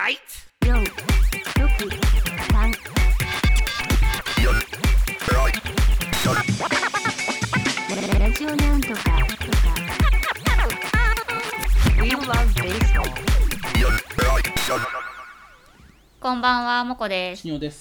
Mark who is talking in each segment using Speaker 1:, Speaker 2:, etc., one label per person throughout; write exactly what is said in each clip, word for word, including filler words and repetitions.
Speaker 1: よん、ろく、さんラジオなんとかとか We love baseball
Speaker 2: こんばんは、もこです。
Speaker 3: しにょです。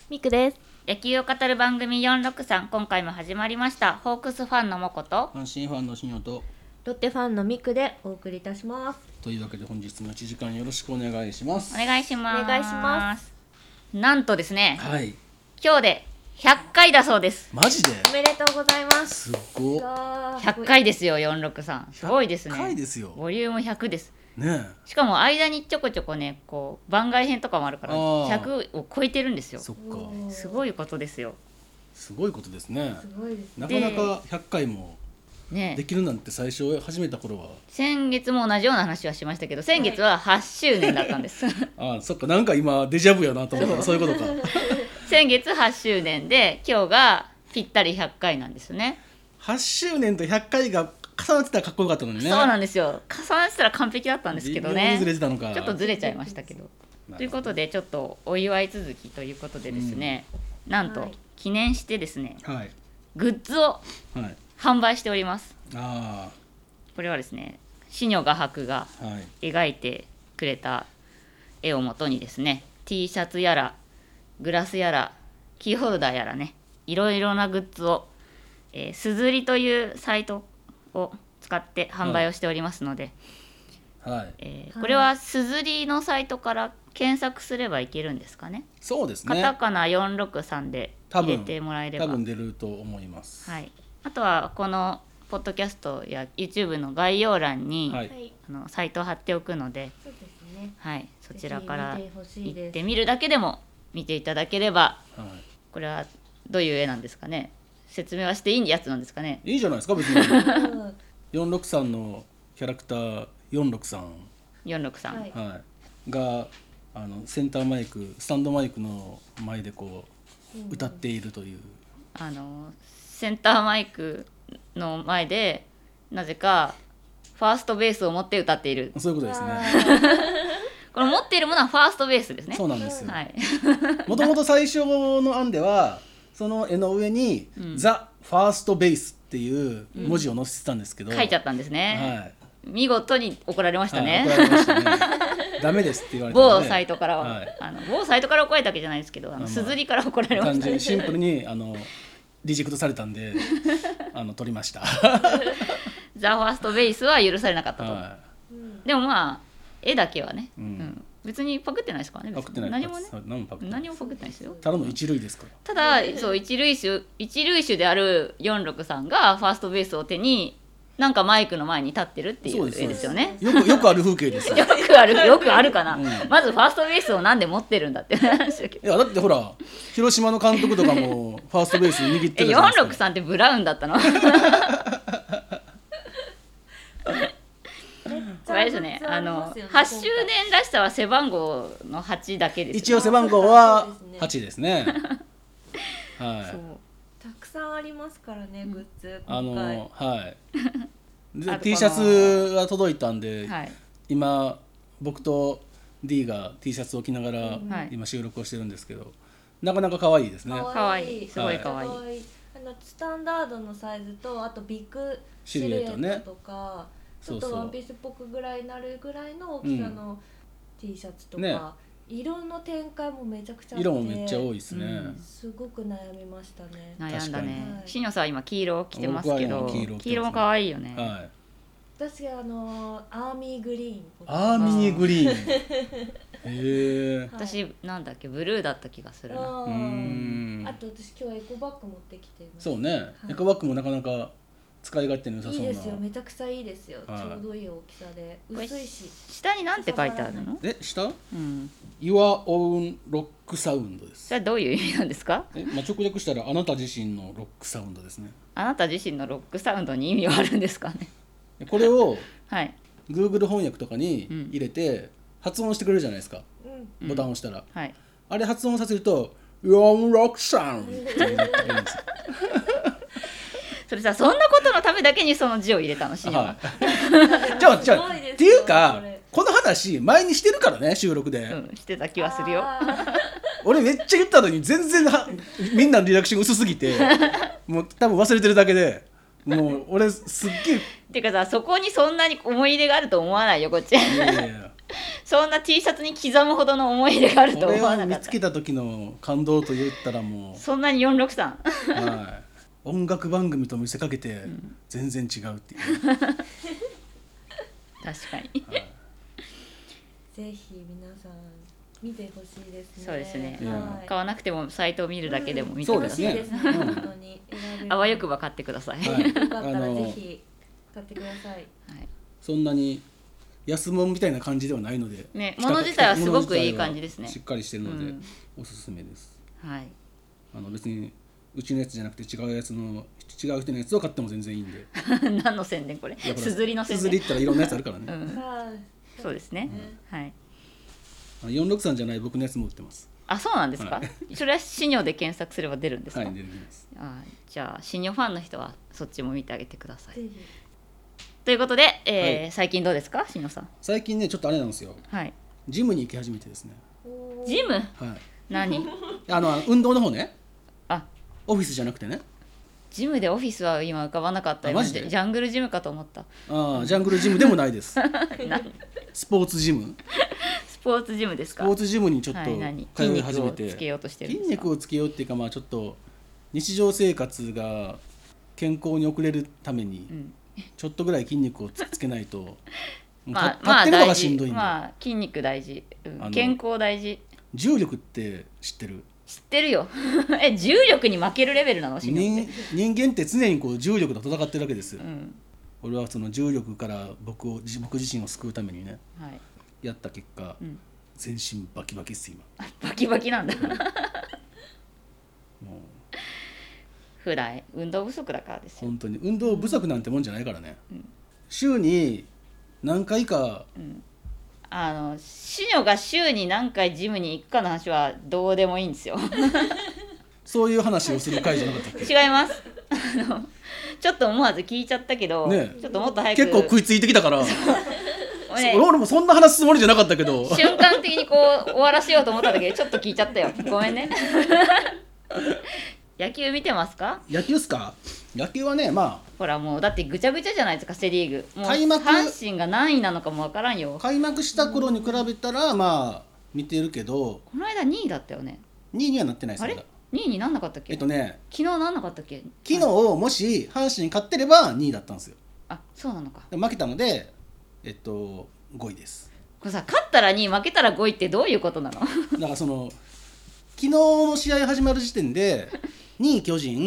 Speaker 1: ミクです。
Speaker 2: 野球を語る番組よんろくさん、今回も始まりました。ホークスファンのもこと
Speaker 3: 阪神ファンのしにょと
Speaker 1: ロッテファンのミクでお送りいたします。
Speaker 3: というわけで本日もいちじかんよろしくお願いします。
Speaker 2: お願いします。
Speaker 1: お願いします。
Speaker 2: なんとですね、
Speaker 3: はい。
Speaker 2: 今日でひゃっかいだそうです。
Speaker 3: マジで
Speaker 1: おめでとうございます。
Speaker 3: すごっ。
Speaker 1: うわー
Speaker 2: ひゃっかいですよ、よんろくさん。すごいですね。
Speaker 3: ひゃっかいですよ。
Speaker 2: ボリュームひゃくです。
Speaker 3: ね
Speaker 2: しかも間にちょこちょこね、こう番外編とかもあるから
Speaker 3: あー
Speaker 2: ひゃくを超えてるんですよ。
Speaker 3: え。そっか。
Speaker 2: すごいことですよ。
Speaker 3: すごいことですね。
Speaker 1: すごいですね。
Speaker 3: なかなかひゃっかいも
Speaker 2: ね
Speaker 3: できるなんて最初始めた頃は、
Speaker 2: 先月も同じような話はしましたけど、先月ははちしゅうねんだったんです。
Speaker 3: ああそっか、なんか今デジャブやなと思ったらそういうことか。
Speaker 2: 先月はちしゅうねんで、今日がぴったりひゃっかいなんですね。
Speaker 3: はっしゅうねんとひゃっかいが重なってたらかっこよかったのにね。
Speaker 2: そうなんですよ。重なってたら完璧だったんですけどね。
Speaker 3: 微妙にずれてたのか。
Speaker 2: ちょっとずれちゃいましたけど。ということでちょっとお祝い続きということでですね、うん、なんと記念してですね、
Speaker 3: はい、
Speaker 2: グッズを
Speaker 3: はい
Speaker 2: 販売しております。
Speaker 3: あ
Speaker 2: これはですね、シニョ画伯が描いてくれた絵をもとにですね、 T シャツやらグラスやらキーホルダーやらね、いろいろなグッズを、えー、すずりというサイトを使って販売をしておりますので、
Speaker 3: はい、
Speaker 2: えー、これはすずりのサイトから検索すればいけるんですかね。
Speaker 3: そうですね。
Speaker 2: カタカナよんろくさんで入れてもらえれば
Speaker 3: 多分出ると思います。
Speaker 2: はい、あとはこのポッドキャストや YouTube の概要欄に、
Speaker 3: はい、
Speaker 2: あのサイトを貼っておくので、
Speaker 1: そうですね、
Speaker 2: はい、そちらから
Speaker 1: 行
Speaker 2: ってみるだけでも見ていただければ、
Speaker 3: はい、
Speaker 2: これはどういう絵なんですかね。説明はしていいやつなんですかね。
Speaker 3: いいじゃないですか別に。よんろくさんのキャラクターよんろくさん、
Speaker 2: よんろくさん、
Speaker 1: はい
Speaker 3: はい、があのセンターマイクスタンドマイクの前でこう、うん、歌っているという、
Speaker 2: あのセンターマイクの前でなぜかファーストベースを持って歌っている。
Speaker 3: そういうことですね。
Speaker 2: この持っているものはファーストベースですね。
Speaker 3: そうなんですよ。
Speaker 2: はい、
Speaker 3: もともと最初の案ではその絵の上に、うん、ザ・ファーストベースっていう文字を載せてたんですけど、
Speaker 2: うん、書いちゃったんですね、
Speaker 3: はい、
Speaker 2: 見事に怒られましたね、
Speaker 3: はい、怒られましたね。ダメですって言われて、ね、
Speaker 2: 某サイトからは、はい、あの某サイトから怒られたわけじゃないですけど、あのすずりから怒られました、ね、
Speaker 3: 単純にシンプルにあのリジェクトされたんであの取りました。
Speaker 2: ザ・ファーストベースは許されなかったと、はい、でもまあ絵だけはね、うんうん、別にパクってないですからね。
Speaker 3: パクってない。
Speaker 2: 何もね、
Speaker 3: 何もパクってない。
Speaker 2: 何もパクってないですよ。
Speaker 3: ただの一類ですから。
Speaker 2: ただそう一類種一類種であるよんろくさんがファーストベースを手になんかマイクの前に立ってるっていう絵ですよね。
Speaker 3: よくよくある風景ですよ。
Speaker 2: よくあるよくあるかな、うん、まずファーストベースをなんで持ってるんだって話だけど。
Speaker 3: いやだってほら広島の監督とかもファーストベース握ってるじゃないですか。
Speaker 2: よんろくさんってブラウンだったの。これですね、あのはちしゅうねんらしさは背番号のはちだけです、ね、
Speaker 3: 一応背番号ははちですね。はい。
Speaker 1: そうたくさんありますからね、グッズ。
Speaker 3: あのはいで T シャツが届いたんで、はい、今僕と D が T シャツを着ながら今収録をしてるんですけど、なかなか可愛いですね。
Speaker 2: 可愛い、すごい可愛い、はい、
Speaker 1: あのスタンダードのサイズとあとビッグシルエットとか、ちょっとワンピースっぽくぐらいになるぐらいの大きさの T シャツとか、ね、色の展開もめちゃくちゃあって、
Speaker 3: 色もめっちゃ多いですね、うん、
Speaker 1: すごく悩みましたね。
Speaker 2: 悩んだね、
Speaker 1: はい、
Speaker 2: しにょさん今黄色着てますけど、
Speaker 3: 黄色、
Speaker 2: 黄色も可愛いよね、
Speaker 3: はい、
Speaker 1: 私あのアーミーグリーン、
Speaker 3: アーミーグリーンへえ、
Speaker 2: 私なんだっけブルーだった気がするな。
Speaker 1: あうーんあと私今日エコバッグ持ってきてます。
Speaker 3: そうね、はい、エコバッグもなかなか使い勝手の良さそうな。
Speaker 1: いいですよ、めちゃくちゃいいですよ、はい、ちょうどいい大きさで薄いし。
Speaker 2: 下になんて書いてあるの？
Speaker 3: え、下？
Speaker 2: うん、
Speaker 3: Your own rock sound です。
Speaker 2: それはどういう意味なんですか？
Speaker 3: え、まあ、直訳したらあなた自身のロックサウンドですね。
Speaker 2: あなた自身のロックサウンドに意味はあるんですかね？
Speaker 3: これを
Speaker 2: はい、
Speaker 3: Google 翻訳とかに入れて発音してくれるじゃないですか、うん、ボタンを押したら、
Speaker 2: はい、
Speaker 3: あれ発音させると Your own rock sound って言うんですよ。
Speaker 2: それさ、そんなことのためだけにその字を入れたのしには、
Speaker 3: はい、じゃあじゃあっていうかこの話話前にしてるからね、収録で、
Speaker 2: うん、してた気はするよ。
Speaker 3: 俺めっちゃ言ったのに全然はみんなのリアクション薄すぎてもう多分忘れてるだけで、もう俺すっげえ
Speaker 2: てかさ、そこにそんなに思い入れがあると思わないよこっち。いやいやいやそんな T シャツに刻むほどの思い入れがあると思わなかった。
Speaker 3: 俺を見つけた時の感動と言ったらもう
Speaker 2: そんなによんろくさん、
Speaker 3: はい、音楽番組と見せかけて全然違うっていう、うん、確か
Speaker 2: に、
Speaker 3: はい、
Speaker 1: ぜひ皆さん見てほしいですね。
Speaker 2: そうですね、
Speaker 1: はい、
Speaker 2: 買わなくてもサイトを見るだけでも見てください、うん、
Speaker 1: そうですね、本当に
Speaker 2: あわよくば買ってください、
Speaker 1: はい、よかったらぜひ買ってください、はい、
Speaker 3: そんなに安物みたいな感じではないので、
Speaker 2: ね、物自体はすごくいい感じですね。
Speaker 3: しっかりしてるので、うん、おすすめです、
Speaker 2: はい、
Speaker 3: あの別にうちのやつじゃなくて違うやつの違う人のやつを買っても全然いいんで
Speaker 2: 何の宣伝これ、すずりの宣伝、
Speaker 3: すずりったらいろんなやつあるからね、
Speaker 2: うん、そうですね、うん、はい、
Speaker 3: よんろくさんじゃない僕のやつも売ってます。
Speaker 2: あ、そうなんですか、はい、それはシニョで検索すれば出るんですか。
Speaker 3: はい、出るんです。
Speaker 2: あ、じゃあシニョファンの人はそっちも見てあげてください。ということで、えーはい、最近どうですか、シニョさん。
Speaker 3: 最近ねちょっとあれなんですよ、はい、ジムに行き始めてですね。
Speaker 2: ジム、はい、何
Speaker 3: あの運動の方ね、
Speaker 2: あ、
Speaker 3: オフィスじゃなくてね。
Speaker 2: ジムでオフィスは今浮かばなかった。
Speaker 3: マジで
Speaker 2: ジャングルジムかと思った。
Speaker 3: ああ、ジャングルジムでもないですスポーツジム。
Speaker 2: スポーツジムですか。
Speaker 3: スポーツジムにちょっと通い始めて、
Speaker 2: 筋肉をつけようとしてるんですか。
Speaker 3: 筋肉をつけようっていうか、まあちょっと日常生活が健康に遅れるために、うん、ちょっとぐらい筋肉を つ, つけないと
Speaker 2: まあ、立ってるのがしんどいんで、まあ、まあ筋肉大事、うん、健康大事。
Speaker 3: 重力って知ってる？
Speaker 2: 知ってるよえ、重力に負けるレベルなの？
Speaker 3: 人, 人間って常にこう重力と戦ってるわけですよ、うん、俺はその重力から僕を僕自身を救うためにね、はい、やった結果、うん、全身バキバキっす今。
Speaker 2: バキバキなんだもう普段運動不足だからですよ。
Speaker 3: 本当に運動不足なんてもんじゃないからね、うん、週に何回か、
Speaker 2: うん、あのシニョが週に何回ジムに行くかの話はどうでもいいんですよ
Speaker 3: そういう話をする回じゃなかったっけ？
Speaker 2: 違います。あのちょっと思わず聞いちゃったけど、ね、ちょっともっと早く
Speaker 3: 結構食いついてきたからね、俺もそんな話すつもりじゃなかったけど
Speaker 2: 瞬間的にこう終わらせようと思っただけでちょっと聞いちゃったよ、ごめんね野球見てますか？
Speaker 3: 野球っすか？野球はね、まあ
Speaker 2: ほらもうだってぐちゃぐちゃじゃないですか、セリーグ。もう開幕阪神が何位なのかもわからんよ。
Speaker 3: 開幕した頃に比べたらまあ見てるけど、
Speaker 2: この間にいだったよね。
Speaker 3: にいにはなってないです。
Speaker 2: あれにいになんなかったっけ？
Speaker 3: えっとね
Speaker 2: 昨日なんなかったっけ？
Speaker 3: 昨日もし阪神勝ってればにいだったんですよ。
Speaker 2: あ、そうなのか。
Speaker 3: 負けたのでえっとごいです。
Speaker 2: これさ、勝ったらにい負けたらごいってどういうことなの？だ
Speaker 3: からその昨日の試合始まる時点でにい巨人、うん、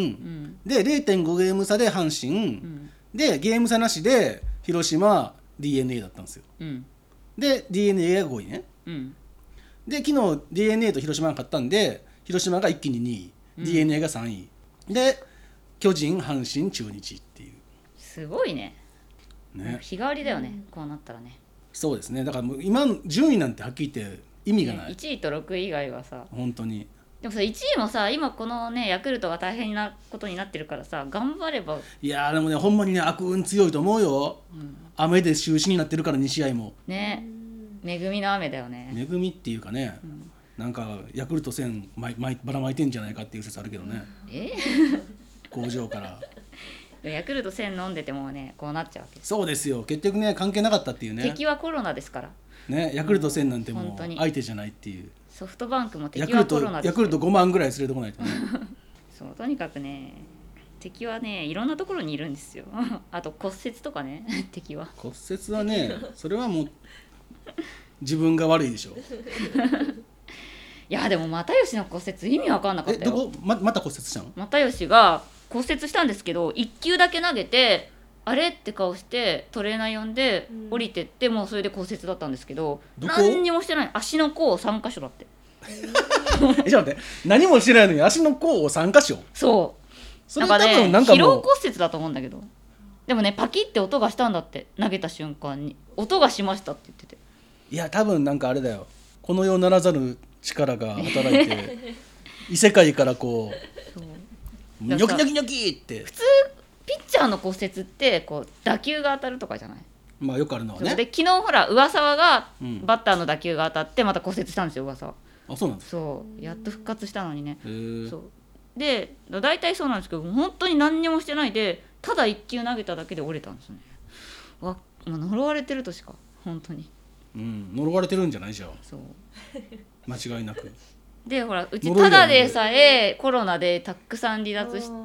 Speaker 3: で れいてんご ゲーム差で阪神、うん、でゲーム差なしで広島 ディーエヌエー だったんですよ、うん、で ディーエヌエー がごいね、うん、で昨日 ディーエヌエー と広島が勝ったんで広島が一気ににい、うん、ディーエヌエー がさんいで巨人阪神中日っていう。
Speaker 2: すごいね。ね、日替わりだよね、うん、こうなったらね。
Speaker 3: そうですね。だからもう今順位なんてはっきり言って意味がない、ね、
Speaker 2: いちいとろくい以外はさ
Speaker 3: 本当に。
Speaker 2: でもさいちいもさ今このねヤクルトが大変なことになってるからさ頑張れば。
Speaker 3: いやでもねほんまにね悪運強いと思うよ、うん、雨で中止になってるからに試合も
Speaker 2: ね。恵みの雨だよね。
Speaker 3: 恵みっていうかね、うん、なんかヤクルトせんばらまいてんじゃないかっていう説あるけどね。
Speaker 2: え
Speaker 3: 工場から
Speaker 2: ヤクルトせん飲んでてもねこうなっちゃうわけ。
Speaker 3: そうですよ。結局ね関係なかったっていうね。
Speaker 2: 敵はコロナですから
Speaker 3: ね。ヤクルトせんなんてもう相手じゃないっていう。
Speaker 2: ソフトバンクも敵はコロナです。
Speaker 3: ヤクルトごまんぐらい連れてこないとね
Speaker 2: そうとにかくね敵はねいろんなところにいるんですよあと骨折とかね敵は
Speaker 3: 骨折はねそれはもう自分が悪いでしょ
Speaker 2: いやでも又吉の骨折意味わかんなかったよ。
Speaker 3: えどこ ま, また骨折したの？
Speaker 2: 又吉が骨折したんですけどいっきゅうだけ投げてあれって顔してトレーナー呼んで降りてって、うん、もうそれで骨折だったんですけど何にもしてない。足の甲さんかしょだって
Speaker 3: え、ちょっと待って、何もしてないのに足の甲をさんかしょ。
Speaker 2: そうそれ多分なんかね疲労骨折だと思うんだけど、でもねパキって音がしたんだって。投げた瞬間に音がしましたって言ってて。
Speaker 3: いや多分なんかあれだよ、この世ならざる力が働いて異世界からこうニョキニョキニョキって。
Speaker 2: 普通ピッチャーの骨折ってこう打球が当たるとかじゃない？
Speaker 3: まあよくあるのはね。
Speaker 2: で昨日ほら上沢がバッターの打球が当たってまた骨折したんですよ上沢。
Speaker 3: あ、そうなんですか。
Speaker 2: そうやっと復活したのにね。
Speaker 3: へ
Speaker 2: そうで大体そうなんですけど本当に何にもしてないでただいっきゅう投げただけで折れたんですね。わ、まあ、呪われてるとしか本当に。
Speaker 3: うん、呪われてるんじゃないじゃん。
Speaker 2: そう
Speaker 3: 間違いなく。
Speaker 2: でほらうちただでさえコロナでたくさん離脱して、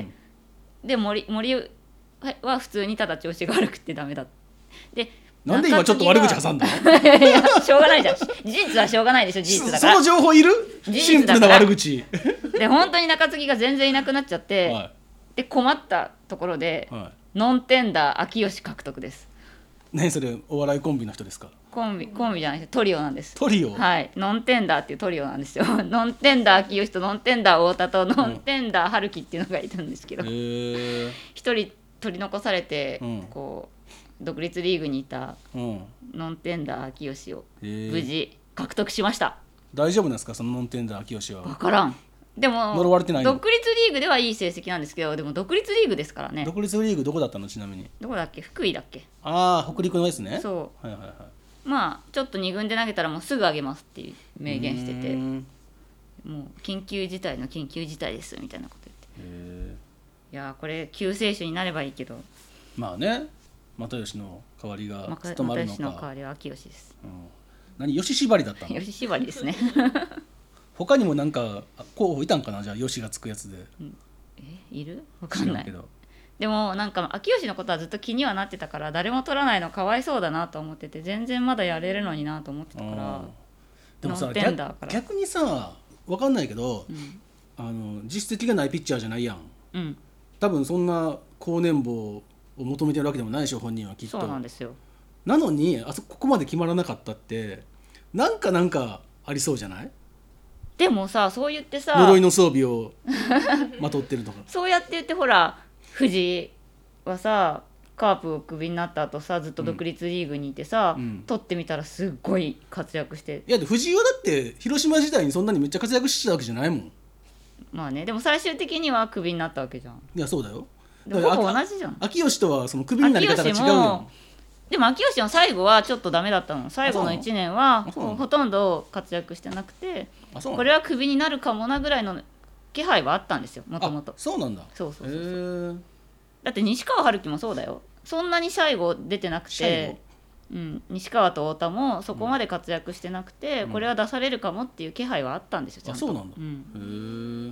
Speaker 2: うん、で森森は普通にただ調子が悪くてダメだ。で
Speaker 3: なんで今ちょっと悪口挟んだの
Speaker 2: いやしょうがないじゃん。事実はしょうがないでしょ。事実だから
Speaker 3: そ, その情報いるシンプルな悪口
Speaker 2: で本当に中継ぎが全然いなくなっちゃって、はい、で困ったところで、はい、ノンテンダー秋吉獲得です。
Speaker 3: 何それお笑いコンビの人ですか。
Speaker 2: コンビコンビじゃないですトリオなんです。
Speaker 3: トリオ、
Speaker 2: はい、ノンテンダーっていうトリオなんですよ。ノンテンダー秋吉とノンテンダー太田とノンテンダー春樹っていうのがいるんですけど、うん、一人取り残されて、うん、こう独立リーグにいたノンテンダー秋吉を無事獲得しました。
Speaker 3: 大丈夫なんですかそのノンテンダー秋吉は。
Speaker 2: 分からん。でも
Speaker 3: 呪われてないの。
Speaker 2: 独立リーグではいい成績なんですけどでも独立リーグですからね。
Speaker 3: 独立リーグどこだったのちなみに。
Speaker 2: どこだっけ福井だっけ。
Speaker 3: ああ北陸のですね。
Speaker 2: そう、
Speaker 3: はいはいはい、
Speaker 2: まあちょっとに軍で投げたらもうすぐ上げますっていう明言しててもう緊急事態の緊急事態ですみたいなこと言って。へいやこれ救世主になればいいけど
Speaker 3: まあね又吉の代わりが務まるのか。
Speaker 2: 又吉の代わりは秋吉です、
Speaker 3: うん、何吉縛りだったの。
Speaker 2: 吉縛りですね
Speaker 3: 他にもなんか候補いたんかなじゃあ吉がつくやつで、うん、
Speaker 2: えいるわかんないけどでもなんか秋吉のことはずっと気にはなってたから誰も取らないのかわいそうだなと思ってて全然まだやれるのになと思ってたから
Speaker 3: でもさ逆にさわかんないけど、うん、あの実績がないピッチャーじゃないやん、うん、多分そんな高年俸を求めてるわけでもないでしょ本人はきっと。
Speaker 2: そうなんですよ。
Speaker 3: なのにあそここまで決まらなかったってなんかなんかありそうじゃない。
Speaker 2: でもさそう言ってさ
Speaker 3: 呪いの装備をまとってるとか
Speaker 2: そうやって言ってほら藤井はさカープをクビになった後さずっと独立リーグにいてさ、うん、取ってみたらすっごい活躍して。
Speaker 3: いや藤井はだって広島時代にそんなにめっちゃ活躍してたわけじゃないもん。
Speaker 2: まあねでも最終的にはクビになったわけじゃん。
Speaker 3: いやそうだよ。
Speaker 2: ほぼ同じじゃん。
Speaker 3: 秋吉とはそのクビになり方が違うよ。
Speaker 2: でも秋吉の最後はちょっとダメだったの。最後のいちねんはほとんど活躍してなくてこれはクビになるかもなぐらいの気配はあったんですよもともと。
Speaker 3: そうなんだ。
Speaker 2: そうそうそうそうだって西川春樹もそうだよ。そんなに最後出てなくて、うん、西川と太田もそこまで活躍してなくて、うん、これは出されるかもっていう気配はあったんですよちゃんと。
Speaker 3: あそうなんだ、うん、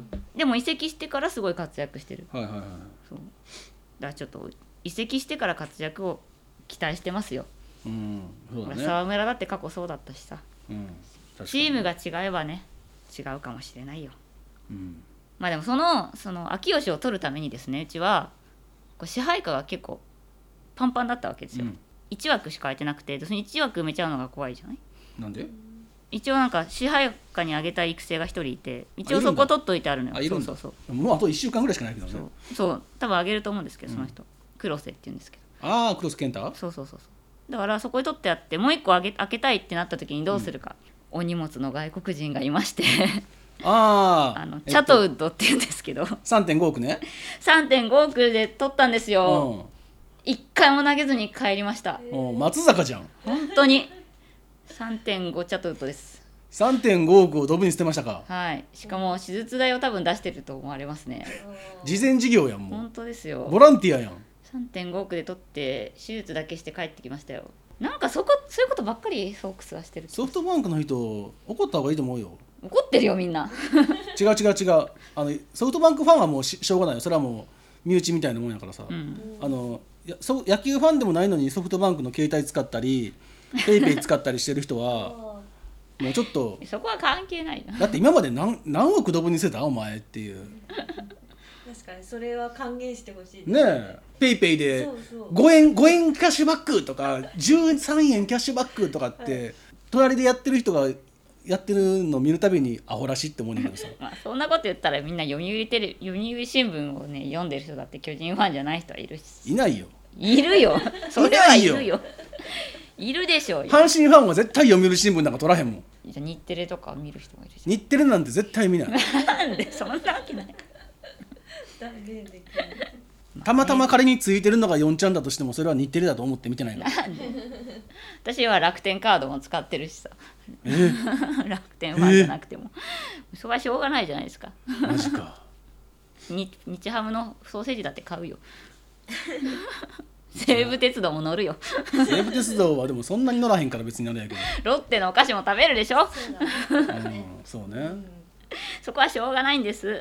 Speaker 2: へでも移籍してからすごい活躍してる、
Speaker 3: はいはいはい、
Speaker 2: そうだからちょっと移籍してから活躍を期待してますよ、
Speaker 3: うんそうだね、
Speaker 2: 沢村だって過去そうだったしさ、うん、チームが違えばね違うかもしれないよ、うん、まあでもそのその秋吉を取るためにですねうちはこう支配下が結構パンパンだったわけですよ、うん、いち枠しか空いてなくてそのいち枠埋めちゃうのが怖いじゃない。
Speaker 3: なんで
Speaker 2: 一応なんか支配下に上げたい育成が一人いて一応そこ取っといてあるのよ。
Speaker 3: あいるんだ。
Speaker 2: そうそうそう
Speaker 3: もうあといっしゅうかんぐらいしかないけどね。
Speaker 2: そうそう多分上げると思うんですけどその人、うん、黒瀬って言うんですけど。
Speaker 3: ああ黒瀬健太。
Speaker 2: そうそうそうそうだからそこに取ってあってもう一個上げ開けたいってなった時にどうするか、うん、お荷物の外国人がいまして
Speaker 3: あ
Speaker 2: あのチャトウッドって言うんですけど、えっと、
Speaker 3: さんてんごおくね
Speaker 2: さんてんごおくで取ったんですよ、うん、いっかいも投げずに帰りました。
Speaker 3: 松坂じゃん
Speaker 2: 本当に さんてんご チャトウッドです。
Speaker 3: さんてんごおくをドブに捨てましたか。
Speaker 2: はいしかも手術代を多分出してると思われますね。
Speaker 3: 慈善事業やんもう。
Speaker 2: 本当ですよ。
Speaker 3: ボランティアやん。
Speaker 2: さんてんごおくで取って手術だけして帰ってきましたよ。なんかそこそういうことばっかりソークスはしてる。
Speaker 3: ソフトバンクの人怒った方がいいと思うよ。
Speaker 2: 怒ってるよみんな
Speaker 3: 違う違う違うあのソフトバンクファンはもう し, しょうがないよ。それはもう身内みたいなもんやからさ、うん、あのやそ野球ファンでもないのにソフトバンクの携帯使ったりペイペイ使ったりしてる人はもうちょっと
Speaker 2: そこは関係ないな。
Speaker 3: だって今まで 何, 何億ドブに捨てたお前っていう
Speaker 1: 確かにそれは還元してほしいです
Speaker 3: ね。えペイペイでごえんごえんキャッシュバックとかじゅうさんえんキャッシュバックとかって、はい、隣でやってる人がやってるのを見るたびにアホらしいって思うんだけどさ
Speaker 2: まあそんなこと言ったらみんな読売テレ読売新聞をね読んでる人だって巨人ファンじゃない人はいるし。
Speaker 3: いないよ。
Speaker 2: いるよそれはいるよいるでしょうよ。
Speaker 3: 阪神ファンは絶対読売新聞なんか取らへんもん。
Speaker 2: じゃあ日テレとか見る人がいるし。
Speaker 3: 日テレなんて絶対見ない
Speaker 2: なんでそんなわけない
Speaker 1: 断言できない
Speaker 3: たまたま仮についてるのがよんちゃんだとしてもそれは日テレだと思って見てないの。
Speaker 2: 私は楽天カードも使ってるしさ、
Speaker 3: えー、
Speaker 2: 楽天ファンじゃなくても、えー、それはしょうがないじゃないですか。
Speaker 3: マジか。
Speaker 2: 日, 日ハムのソーセージだって買うよ。西武鉄道も乗るよ。
Speaker 3: 西武鉄道はでもそんなに乗らへんから別にあれやけど。
Speaker 2: ロッテのお菓子も食べるでしょ。
Speaker 3: そうだね。うん、そうね、うん、
Speaker 2: そこはしょうがないんです。はい。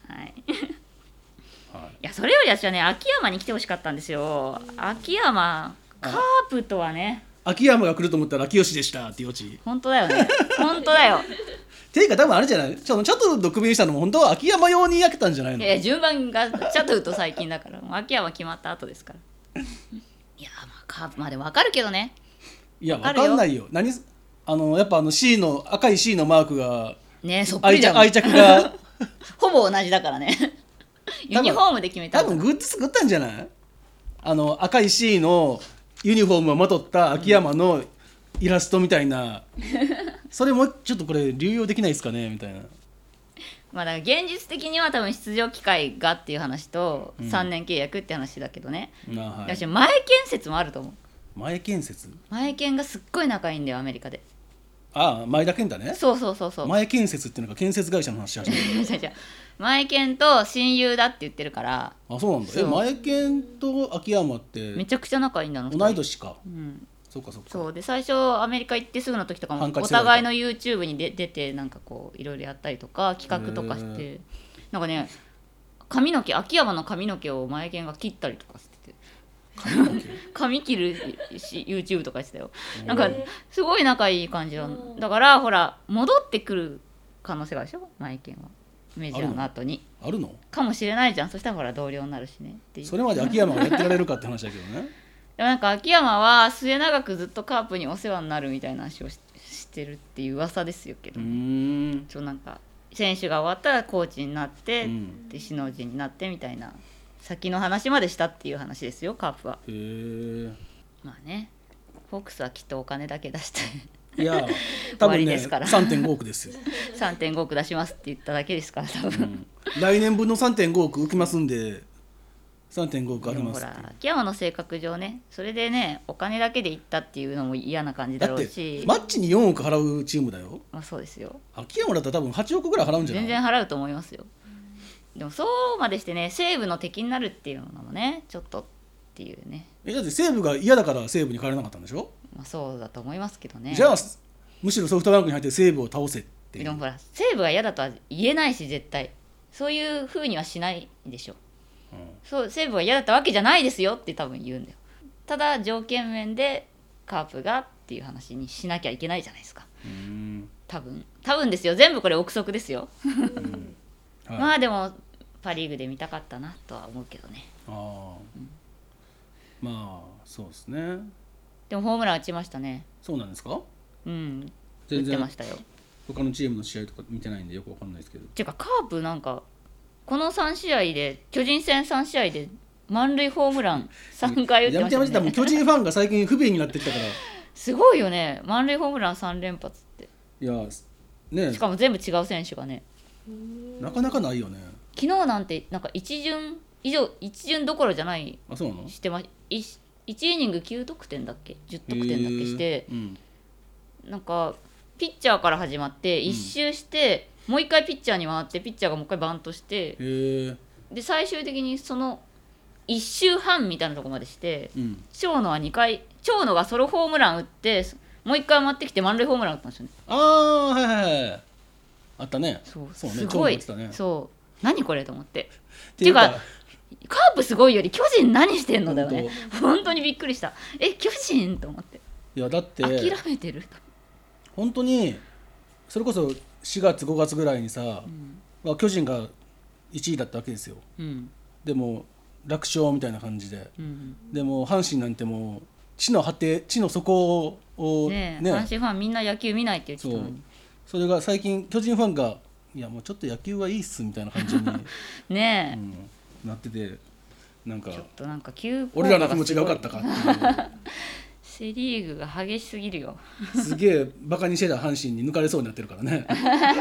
Speaker 2: はい、いやそれより私はね秋山に来てほしかったんですよ。秋山カープとはね。
Speaker 3: 秋山が来ると思ったら秋吉でしたっていうオチ。
Speaker 2: 本当だよね。本当だよ。
Speaker 3: ていうか多分あれじゃない、チャトウッドクビにしたのも本当は秋山用にやけたんじゃないの。
Speaker 2: いや順番がチャトウッド最近だからもう秋山決まった後ですから。いやまあカープまで分かるけどね。
Speaker 3: いや分かんないよ。何あのやっぱあの C の赤い C のマークが
Speaker 2: ねそっくりじゃん。
Speaker 3: 愛着が
Speaker 2: ほぼ同じだからね。ユニフォームで決めた。
Speaker 3: 多分グッズ作ったんじゃない。あの赤い C のユニフォームをまとった秋山のイラストみたいな、うん、それもちょっとこれ流用できないですかねみたいな。
Speaker 2: まあだから現実的には多分出場機会がっていう話とさんねん契約って話だけどね、うん、はい、私前建設もあると思う。
Speaker 3: 前建設
Speaker 2: 前建がすっごい仲いいんだよアメリカで。
Speaker 3: ああ前田健太ね。
Speaker 2: そうそうそうそう。
Speaker 3: 前建設っていうのが建設会社の話し始め
Speaker 2: た。前建と親友だって言ってるから。
Speaker 3: あそうなんだ。え前建と秋山って
Speaker 2: めちゃくちゃ仲いいんだの。
Speaker 3: 同い年か。
Speaker 2: うん。
Speaker 3: そうかそうか。
Speaker 2: そうで最初アメリカ行ってすぐの時とかもお互いの YouTube にで出てなんかこういろいろやったりとか企画とかしてなんかね髪の毛秋山の髪の毛を前建が切ったりとかしてて髪切るし YouTube とかしてたよ。なんかすごい仲いい感じなの。だからほら戻ってくる可能性があるでしょ前建はメジャーの後に。
Speaker 3: あるのか
Speaker 2: もしれないじゃん。そしたらほら同僚になるしねっていう。
Speaker 3: それまで秋山がやってられるかって話だけどね。
Speaker 2: でもなんか秋山は末永くずっとカープにお世話になるみたいな話を し, してるっていう噂ですよけど。うーん。ちょなんか選手が終わったらコーチになって、うん、で首脳陣になってみたいな先の話までしたっていう話ですよカープは。へえ。まあねホークスはきっとお金だけ出して
Speaker 3: いや多分ねさんてんごおくですよ。
Speaker 2: さんてんごおく出しますって言っただけですから多分、うん、
Speaker 3: 来年分のさんてんごおく浮きますんでさんてんごおくありますって。
Speaker 2: ほら秋山の性格上ねそれでねお金だけでいったっていうのも嫌な感じだろうし。
Speaker 3: だってマッチによんおく払うチームだよ。
Speaker 2: まあそうですよ。
Speaker 3: 秋山だったら多分はちおくぐらい払うんじゃない。
Speaker 2: 全然払うと思いますよ。でもそうまでしてね西武の敵になるっていうのもねちょっとっていうね。
Speaker 3: えだって西武が嫌だから西武に帰れなかったんでしょ。
Speaker 2: まあそうだと思いますけどね。
Speaker 3: じゃあむしろソフトバンクに入って西武を倒せっていう。
Speaker 2: でもほら西武が嫌だとは言えないし絶対そういう風にはしないでしょ。うん、そう西武が嫌だったわけじゃないですよって多分言うんだよ。ただ条件面でカープがっていう話にしなきゃいけないじゃないですか。うーん多分多分ですよ。全部これ憶測ですよ。うんはい、まあでもパ・リーグで見たかったなとは思うけどね。あ、
Speaker 3: うん、まあそうですね。
Speaker 2: でもホームラン打ちましたね。
Speaker 3: そうなんですか。
Speaker 2: うん打ってましたよ。
Speaker 3: 他のチームの試合とか見てないんでよくわかんないですけど。
Speaker 2: ていうかカープなんかこのさん試合で巨人戦さん試合で満塁ホームランさんかい打ってましたね。やめてやめて、
Speaker 3: 巨人ファンが最近不便になってきたから
Speaker 2: すごいよね満塁ホームランさん連発って。
Speaker 3: いやね
Speaker 2: しかも全部違う選手がね
Speaker 3: なかなかないよね。
Speaker 2: 昨日なんてなんか一巡以上一巡どころじゃない。
Speaker 3: あそうなの。
Speaker 2: してまいちイニングきゅうとくてんだっけじゅっとくてんだっけして、うん、なんかピッチャーから始まって一周して、うん、もう一回ピッチャーに回ってピッチャーがもう一回バントしてで最終的にそのいっ周半みたいなとこまでして、うん、長野はにかい長野がソロホームラン打ってもう一回回ってきて満塁ホームラン打ったんですよね。
Speaker 3: ああはいはいはいあったね。
Speaker 2: そう
Speaker 3: そうね
Speaker 2: すごい、
Speaker 3: ね、
Speaker 2: そう何これと思ってっていうかカープすごいより巨人何してんのだよね。本当にびっくりした。え巨人と思って。
Speaker 3: いやだって
Speaker 2: 諦めてる
Speaker 3: 本当にそれこそしがつごがつぐらいにさ、うんまあ、巨人がいちいだったわけですよ、うん、でも楽勝みたいな感じで、うん、でも阪神なんてもう地の果て地の底を
Speaker 2: ねえ、ね、阪神ファンみんな野球見ないって言ってたのに
Speaker 3: そ, それが最近巨人ファンがいやもうちょっと野球はいいっすみたいな感じに
Speaker 2: ねえ、
Speaker 3: うん、なっててなんか
Speaker 2: ちょっとなんか急
Speaker 3: 俺らの気持ちが良かったかっていう
Speaker 2: セリーグが激しすぎるよ
Speaker 3: すげえバカにしてた阪神に抜かれそうになってるからね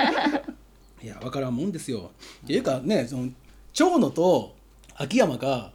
Speaker 3: いや分からんもんですよっていうかねその長野と秋山が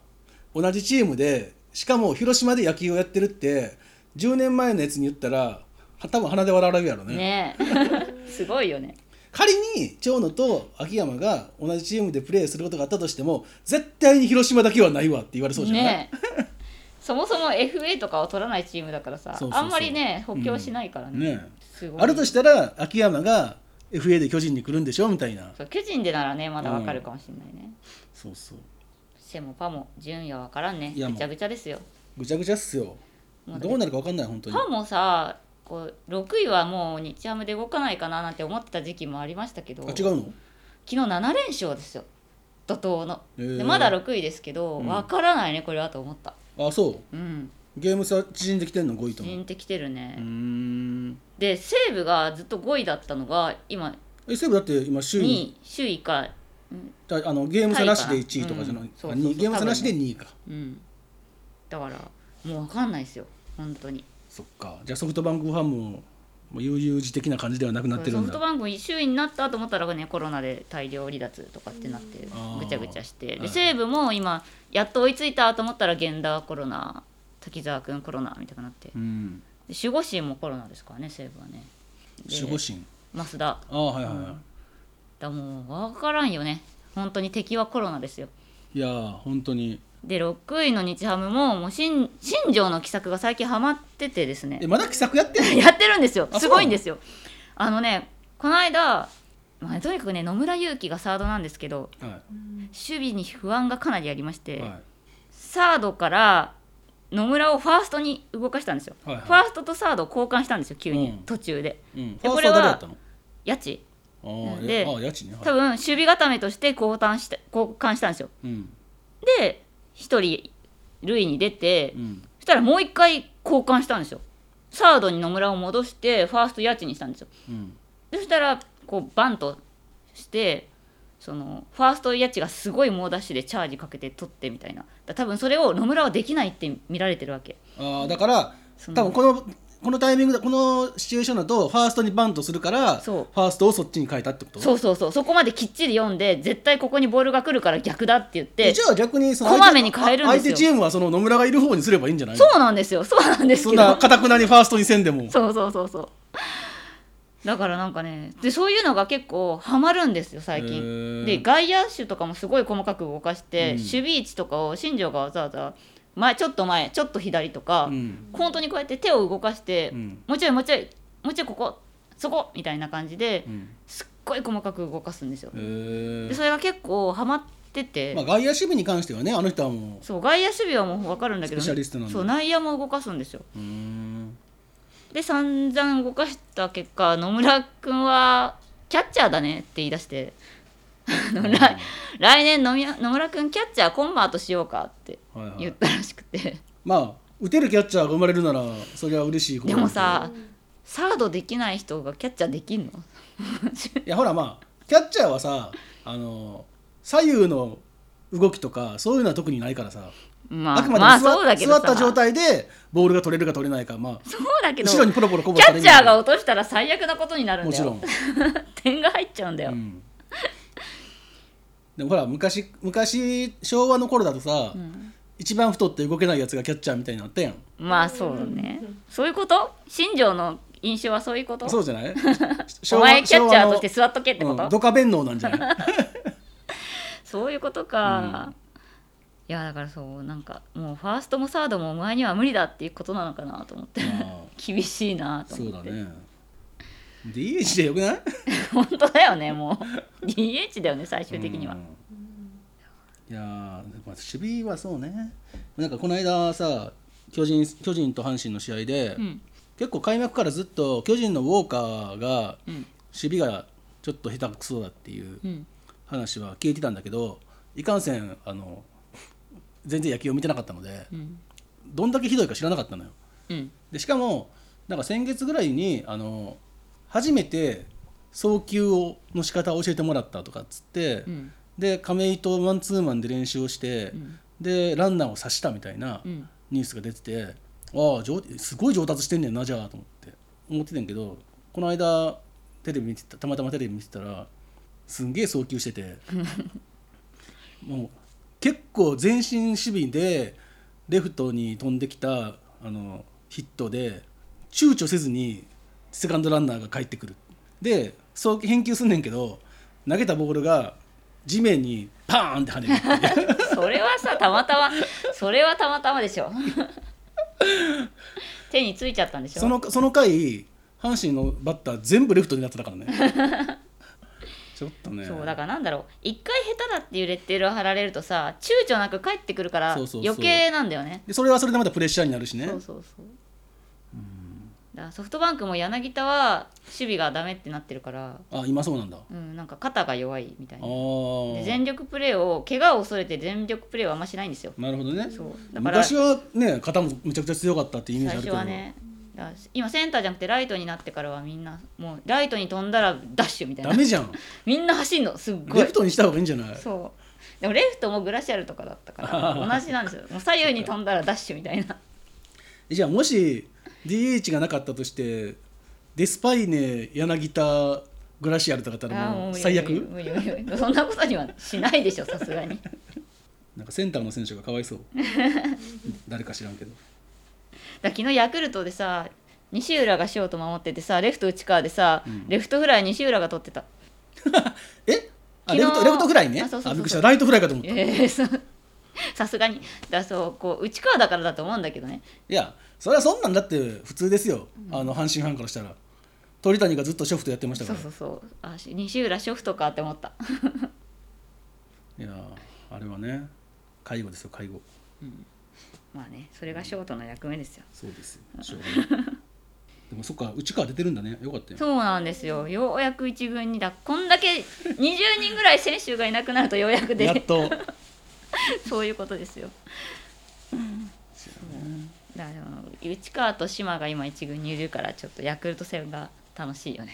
Speaker 3: 同じチームでしかも広島で野球をやってるってじゅうねんまえのやつに言ったら多分鼻で笑われるやろね。
Speaker 2: ねすごいよね。
Speaker 3: 仮に長野と秋山が同じチームでプレーすることがあったとしても絶対に広島だけはないわって言われそうじゃない、ね、
Speaker 2: そもそも エフエー とかを取らないチームだからさ、そうそうそう、あんまりね補強しないからね、うんね、すごい。
Speaker 3: あるとしたら秋山が エフエー で巨人に来るんでしょみたいな。
Speaker 2: そう巨人でならねまだわかるかもしれないね、うん、
Speaker 3: そうそう。
Speaker 2: セもパも順位はわからんね。ぐちゃぐちゃですよ。
Speaker 3: ぐちゃぐちゃっすよ。どうなるかわかんない本当に。
Speaker 2: パもさこうろくいはもう日ハムで動かないかななんて思ってた時期もありましたけど、
Speaker 3: あ違うの？
Speaker 2: 昨日なな連勝ですよ怒涛の、えー、でまだろくいですけど、うん、分からないねこれはと思った。
Speaker 3: あそう、
Speaker 2: うん、
Speaker 3: ゲーム差縮んできてんのごいとも
Speaker 2: 縮んできてるね。
Speaker 3: うーん
Speaker 2: で西武がずっとごいだったのが今
Speaker 3: え西武だって今首位
Speaker 2: に首位か、
Speaker 3: うん、あのゲーム差なしでいちいとかじゃない、うん、そうそうそうゲーム差なしでにいか、
Speaker 2: ね、うん、だからもう分かんないですよ本当に。
Speaker 3: そっか。じゃあソフトバンクファンももう悠々自適な感じではなくなってるんだ。
Speaker 2: ソフトバンク首位になったと思ったらねコロナで大量離脱とかってなってぐちゃぐちゃして、で西武も今やっと追いついたと思ったら源田コロナ滝沢君コロナみたいになって、うん、で守護神もコロナですからね西武はね。
Speaker 3: 守護神
Speaker 2: 増田。
Speaker 3: あはいはいはい、うん、
Speaker 2: だもう分からんよね本当に敵はコロナですよ。
Speaker 3: いや本当に。
Speaker 2: でろくいの日ハムももう新新庄の奇策が最近ハマっててですね。
Speaker 3: えまだ奇策やってるの？
Speaker 2: やってるんですよ。すごいんですよ。あのねこの間、まあ、とにかくね野村佑希がサードなんですけど、はい、守備に不安がかなりありまして、はい、サードから野村をファーストに動かしたんですよ、はいはい、ファーストとサードを交換したんですよ急に、うん、途中で、うん、でこれは谷地で、ああ谷地ね、はい、多分守備固めとして交換した交換したんですよ、うん、でひとり塁に出て、うん、そしたらもう一回交換したんですよ。サードに野村を戻してファースト谷地にしたんですよ、うん、でそしたらこうバントしてそのファースト谷地がすごい猛ダッシュでチャージかけて取ってみたいな。だ多分それを野村はできないって見られてるわけ。
Speaker 3: あだから多分このこのタイミングでこのシチュエーションだとファーストにバントするからファーストをそっちに変えたってこと？
Speaker 2: そうそうそうそこまできっちり読んで絶対ここにボールが来るから逆だって言って
Speaker 3: じゃあ逆にその
Speaker 2: こまめに変えるんですよ。
Speaker 3: 相手チームはその野村がいる方にすればいいんじゃない？
Speaker 2: そうなんですよそうなんですけど
Speaker 3: そんな堅くなにファーストにせんでも
Speaker 2: そうそうそうそうだからなんかねでそういうのが結構ハマるんですよ最近で。外野手とかもすごい細かく動かして、うん、守備位置とかを新庄がわざわざ前ちょっと前ちょっと左とか、うん、本当にこうやって手を動かして、うん、もうちょいもうちょいもうちょいここそこみたいな感じで、うん、すっごい細かく動かすんですよ。でそれが結構ハマってて、
Speaker 3: まあ、外野守備に関してはねあの人はもう
Speaker 2: そう外野守備はもう分かるんだけど、
Speaker 3: スペシャリストなんで
Speaker 2: そう内野も動かすんですよ。うーんで散々動かした結果野村君はキャッチャーだねって言い出して来, 来年野村君キャッチャーコンバートしようかって言ったらしくて、はいはい、
Speaker 3: まあ打てるキャッチャーが生まれるならそれは嬉しいこと
Speaker 2: でもさサードできない人がキャッチャーできんの？い
Speaker 3: やほらまあキャッチャーはさあの左右の動きとかそういうのは特にないからさ、まあ、あくまでも 座,、まあ、そうだけど座った状態でボールが取れるか取れないか、まあ、
Speaker 2: そうだけど
Speaker 3: 後ろにポロポロこぼ
Speaker 2: キャッチャーが落としたら最悪なことになるんだよ。
Speaker 3: もちろん
Speaker 2: 点が入っちゃうんだよ、うん
Speaker 3: でもほら 昔, 昔昭和の頃だとさ、うん、一番太って動けないやつがキャッチャーみたいになったやん。
Speaker 2: まあそうね、うん、そういうこと？新庄の印象はそういうこと？
Speaker 3: そうじゃない
Speaker 2: お前キャッチャーとして座っとけってこと？うん、
Speaker 3: ドカ弁能なんじゃない
Speaker 2: そういうことか、うん、いやだからそうなんかもうファーストもサードもお前には無理だっていうことなのかなと思って厳しいなと思って。そうだね
Speaker 3: ディーエイチ でよくない？
Speaker 2: 本当だよねもう ディーエイチ だよね最終的には。
Speaker 3: いや守備はそうね。なんかこの間さ巨人、巨人と阪神の試合で、うん、結構開幕からずっと巨人のウォーカーが守備がちょっと下手くそだっていう話は聞いてたんだけど、いかんせんあの全然野球を見てなかったので、うん、どんだけひどいか知らなかったのよ、うん、でしかもなんか先月ぐらいにあの初めて送球をの仕方を教えてもらったとかっつって、うん、で亀井とマンツーマンで練習をして、うん、でランナーを刺したみたいなニュースが出てて、うん、ああすごい上達してんねんなじゃあと思って思ってたんけど、この間テレビ見てたたまたまテレビ見てたらすんげえ送球しててもう結構前進守備でレフトに飛んできたあのヒットで躊躇せずにセカンドランナーが帰ってくる。でそう返球すんねんけど投げたボールが地面にパーンって跳ねるっていう
Speaker 2: それはさたまたまそれはたまたまでしょ手についちゃったんでしょ。
Speaker 3: そのその回阪神のバッター全部レフトになってたからねちょっとね。
Speaker 2: そうだからなんだろう、一回下手だっていうレッテルを貼られるとさ躊躇なく帰ってくるから
Speaker 3: そうそうそう
Speaker 2: 余計なんだよね。
Speaker 3: でそれはそれでまたプレッシャーになるしね。
Speaker 2: そうそうそう、うん、だからソフトバンクも柳田は守備がダメってなってるから。
Speaker 3: あ今そうなんだ、
Speaker 2: うん、なんか肩が弱いみたいな。
Speaker 3: あ
Speaker 2: で全力プレーを怪我を恐れて全力プレーはあんましないんですよ。
Speaker 3: なるほどね。
Speaker 2: そうだから
Speaker 3: 昔はね肩もむちゃくちゃ強かったっていうイメージあるけど、
Speaker 2: 最初はね、だから今センターじゃなくてライトになってからはみんなもうライトに飛んだらダッシュみたいな。
Speaker 3: ダメじゃん
Speaker 2: みんな走んのすっごい。
Speaker 3: レフトにした方がいいんじゃない。
Speaker 2: そうでもレフトもグラシアルとかだったから同じなんですよ。もう左右に飛んだらダッシュみたいな
Speaker 3: じゃあもし ディーエイチ がなかったとしてデスパイネ柳田グラシアルとかだったらもう最悪。
Speaker 2: 無理無理無理無理そんなことにはしないでしょさすがに。
Speaker 3: なんかセンターの選手がかわいそう誰か知らんけど。
Speaker 2: だ昨日ヤクルトでさ西浦がショート守っててさレフト内川でさ、うん、レフトフライ西浦が取ってた
Speaker 3: えあレフトレフトフライね。あそうそうそうそう、あびっくりしたライトフライかと思った、えー、
Speaker 2: さすがにだそうこう内川だからだと思うんだけどね。
Speaker 3: いやそれはそんなんだって普通ですよ、うん、あの阪神ファンからしたら鳥谷がずっとショフトやってましたから。
Speaker 2: そうそうそうあ西浦ショフトかって思った
Speaker 3: いやあれはね介護ですよ介護、
Speaker 2: うん、まあねそれがショートの役目ですよ。
Speaker 3: そうですよでもそっか内川出てるんだね。よかったよ。
Speaker 2: そうなんですよようやく一軍にだこんだけにじゅうにんぐらい選手がいなくなるとようやくで
Speaker 3: やっと
Speaker 2: そういうことですよ、うん、だから内川と島が今一軍にいるからちょっとヤクルト戦が楽しいよね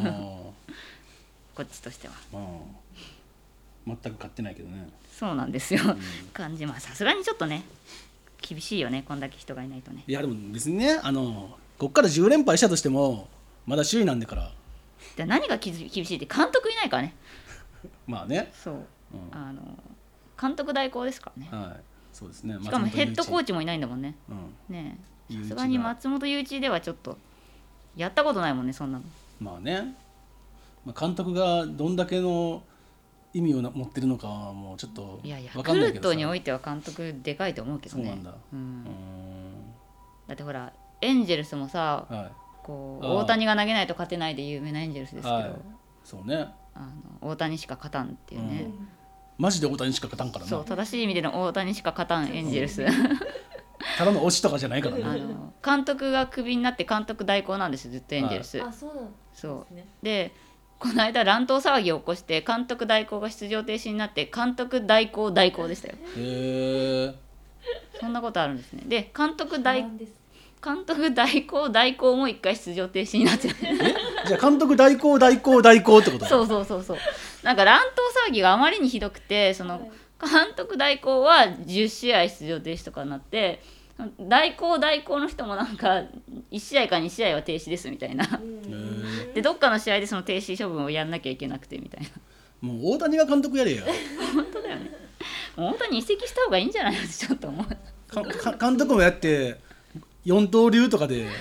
Speaker 2: こっちとしては。
Speaker 3: あ全く勝ってないけどね。
Speaker 2: そうなんですよ、うん、感じまあさすがにちょっとね厳しいよねこんだけ人がいないとね。
Speaker 3: いやでも別にねあのこっからじゅう連敗したとしてもまだ首位なんだから。
Speaker 2: で何が厳しいって監督いないからね
Speaker 3: まあね
Speaker 2: そう、うん、あの監督代行ですからね。
Speaker 3: はいそうですね。
Speaker 2: しかもヘッドコーチもいないんだもんね、うん、ねさすがに松本祐一ではちょっとやったことないもんねそんなの。
Speaker 3: まあね、まあ、監督がどんだけの意味を持ってるのかはもうちょっと分かんないけどさ。いやいやヤクル
Speaker 2: トにおいては監督でかいと思うけどね。
Speaker 3: そうなんだ、
Speaker 2: うん、だってほらエンジェルスもさ、はい、こう大谷が投げないと勝てないで有名なエンジェルスですけど、はい、
Speaker 3: そうね
Speaker 2: あの大谷しか勝たんっていうね、うん、
Speaker 3: マジで大谷しか勝たんからな。
Speaker 2: そう正しい意味での大谷しか勝たんエンジェルス
Speaker 3: ただの推しとかじゃないからね。
Speaker 2: あの監督がクビになって監督代行なんですずっとエンジェルス、
Speaker 1: はい、あそうなん
Speaker 2: そうでこの間乱闘騒ぎを起こして監督代行が出場停止になって監督代行代行でしたよ。
Speaker 3: へえ
Speaker 2: そんなことあるんですね。で監督代監督代行代行も一回出場停止になってる
Speaker 3: じゃあ監督代行代行代行ってこと？
Speaker 2: そうそうそうそうなんか乱闘騒ぎがあまりにひどくてその監督代行はじゅっしあい出場停止とかになって代行代行の人もなんかいち試合かに試合は停止ですみたいなでどっかの試合でその停止処分をやんなきゃいけなくてみたいな。
Speaker 3: もう大谷が監督やれや
Speaker 2: 本当だよね。大谷移籍した方がいいんじゃないのってちょっと思うか
Speaker 3: か監督もやってよん刀流とかでで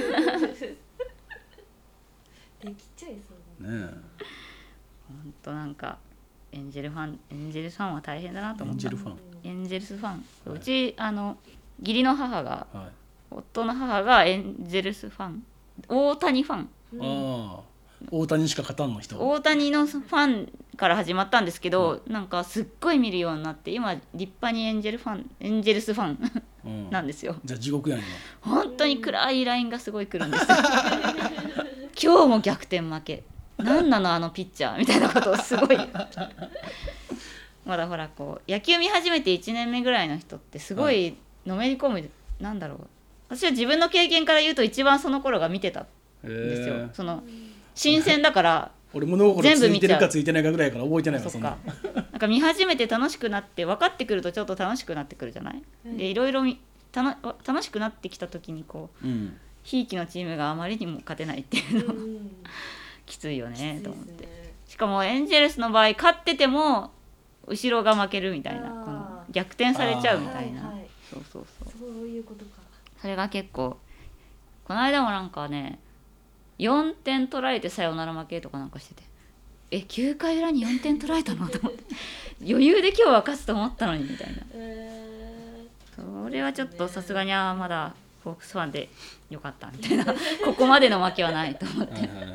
Speaker 1: きちゃいそう
Speaker 3: だね。
Speaker 2: 本当なんかエンジェルファンエンジェルスファンは大変だなと思った。
Speaker 3: エンジェルファン
Speaker 2: エンジェルスファン、はい、うちあの義理の母が、はい、夫の母がエンジェルスファン大谷ファン、
Speaker 3: うん、ああ大谷しか勝たんの人
Speaker 2: 大谷のファンから始まったんですけど、うん、なんかすっごい見るようになって今立派にエンジェルファンエンジェルスファン、うん、なんですよ。
Speaker 3: じゃあ地獄やんよ。
Speaker 2: 本当に暗いラインがすごい来るんですよ今日も逆転負けなんなのあのピッチャーみたいなことをすごいまだほらこう野球見始めていちねんめぐらいの人ってすごいのめり込む、はい、なんだろう私は自分の経験から言うと一番その頃が見てたんですよ。その新鮮だから
Speaker 3: 俺物心ついてるかついてないかぐらいから覚えてないわ。
Speaker 2: そっかなんか見始めて楽しくなって分かってくるとちょっと楽しくなってくるじゃない、うん、でいろいろたの楽しくなってきた時にこう、うん、ひいきのチームがあまりにも勝てないっていうの、うん、きついよねと思って、しかもエンジェルスの場合勝ってても後ろが負けるみたいなこの逆転されちゃうみたいな、
Speaker 1: はいはい、
Speaker 2: そうそうそう
Speaker 1: そういうことか。
Speaker 2: それが結構この間もなんかねよんてん取られてサヨナラ負けとかなんかしてて、えきゅうかい裏によんてん取られたのと思って余裕で今日は勝つと思ったのにみたいな、えー、それはちょっとさすがにあまだホークスファンでよかったみたいなここまでの負けはないと思って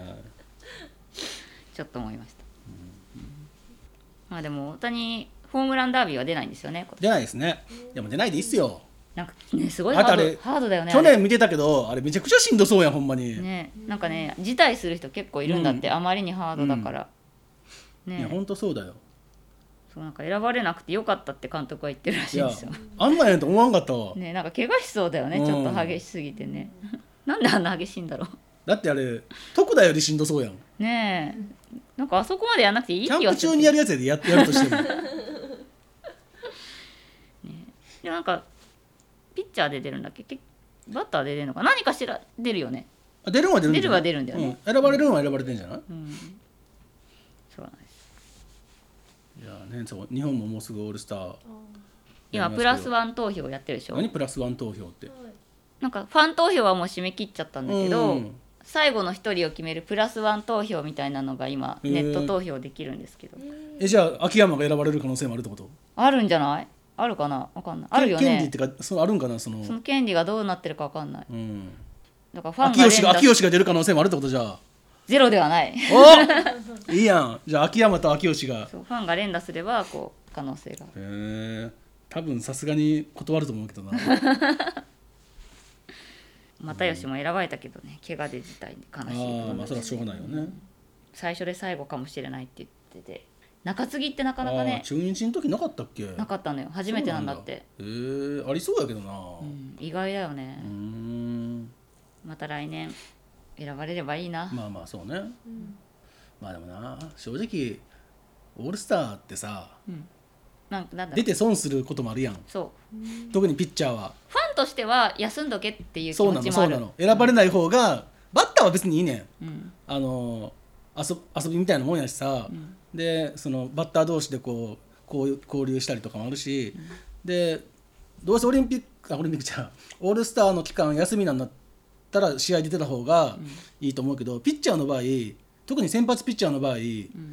Speaker 2: ちょっと思いました。まあでも大谷ホームランダービーは出ないんですよね。
Speaker 3: 出ないですね。でも出ないでいいっすよ。
Speaker 2: なんかねすごいハード、ハードだよね。
Speaker 3: 去年見てたけどあれめちゃくちゃしんどそうやんほんまに。
Speaker 2: ねなんかね辞退する人結構いるんだって、うん、あまりにハードだから。
Speaker 3: うん、ねいや本当そうだよ。
Speaker 2: そうなんか選ばれなくてよかったって監督は言ってるらしいんですよ。
Speaker 3: あんなんやと思わんかったわ。
Speaker 2: ねなんか怪我しそうだよね、うん、ちょっと激しすぎてね。なんであんな激しいんだろう。
Speaker 3: だってあれ特大よりしんどそうやん。
Speaker 2: ねえなんかあそこまでやらなくていい気がする。
Speaker 3: キャンプ中にやるやつで や, やるとしても。ね
Speaker 2: でなんかピッチャーで出るんだっけ、バッターで出るのか何かしら出るよね。
Speaker 3: あ出るは出るん
Speaker 2: 出るは出るんだよね、
Speaker 3: うん、選ばれるのは選ばれてんじゃない、うん、
Speaker 2: そうなんです。
Speaker 3: いやねそう日本ももうすぐオールスター
Speaker 2: 今プラスワン投票やってるでしょ。
Speaker 3: 何プラスワン投票って。
Speaker 2: なんかファン投票はもう締め切っちゃったんだけど、うん、最後の一人を決めるプラスワン投票みたいなのが今ネット投票できるんですけど、
Speaker 3: えじゃあ秋山が選ばれる可能性もあるってこと。
Speaker 2: あるんじゃない。あるかな分かんない。あるよね。
Speaker 3: 権利ってかそのあるんかなその
Speaker 2: その権利がどうなってるか分かんない、うん、だからファンが
Speaker 3: 連打秋吉が秋吉が出る可能性もあるってことじゃあ。
Speaker 2: ゼロではない。
Speaker 3: おいいやん。じゃあ秋山と秋吉が
Speaker 2: そうファンが連打すればこう可能性が。へ
Speaker 3: え多分さすがに断ると思うけどな。
Speaker 2: 又吉も選ばれたけどね怪我で辞退で悲しいこと。
Speaker 3: ああまあそれはしょうがないよね。
Speaker 2: 最初で最後かもしれないって言ってて中継ぎってなかなかね。
Speaker 3: 中日の時なかったっけ。
Speaker 2: なかったのよ初めてなんだって。へ
Speaker 3: えー、ありそうやけどな、
Speaker 2: うん、意外だよね。うーんまた来年選ばれればいいな。
Speaker 3: まあまあそうね、うん、まあでもな正直オールスターってさ、うん、なんなんだ出て損することもあるやん。そう特にピッチャーは
Speaker 2: ファンとしては休んどけっていう気持ちもある。
Speaker 3: そうなのそうなの選ばれない方がバッターは別にいいねん、うん、あの 遊, 遊びみたいなもんやしさ、うん、でそのバッター同士でこうこう交流したりとかもあるし、うん、でどうせオリンピックあオリンピックじゃオールスターの期間休みなんだったら試合出てた方がいいと思うけど、うん、ピッチャーの場合特に先発ピッチャーの場合、うん、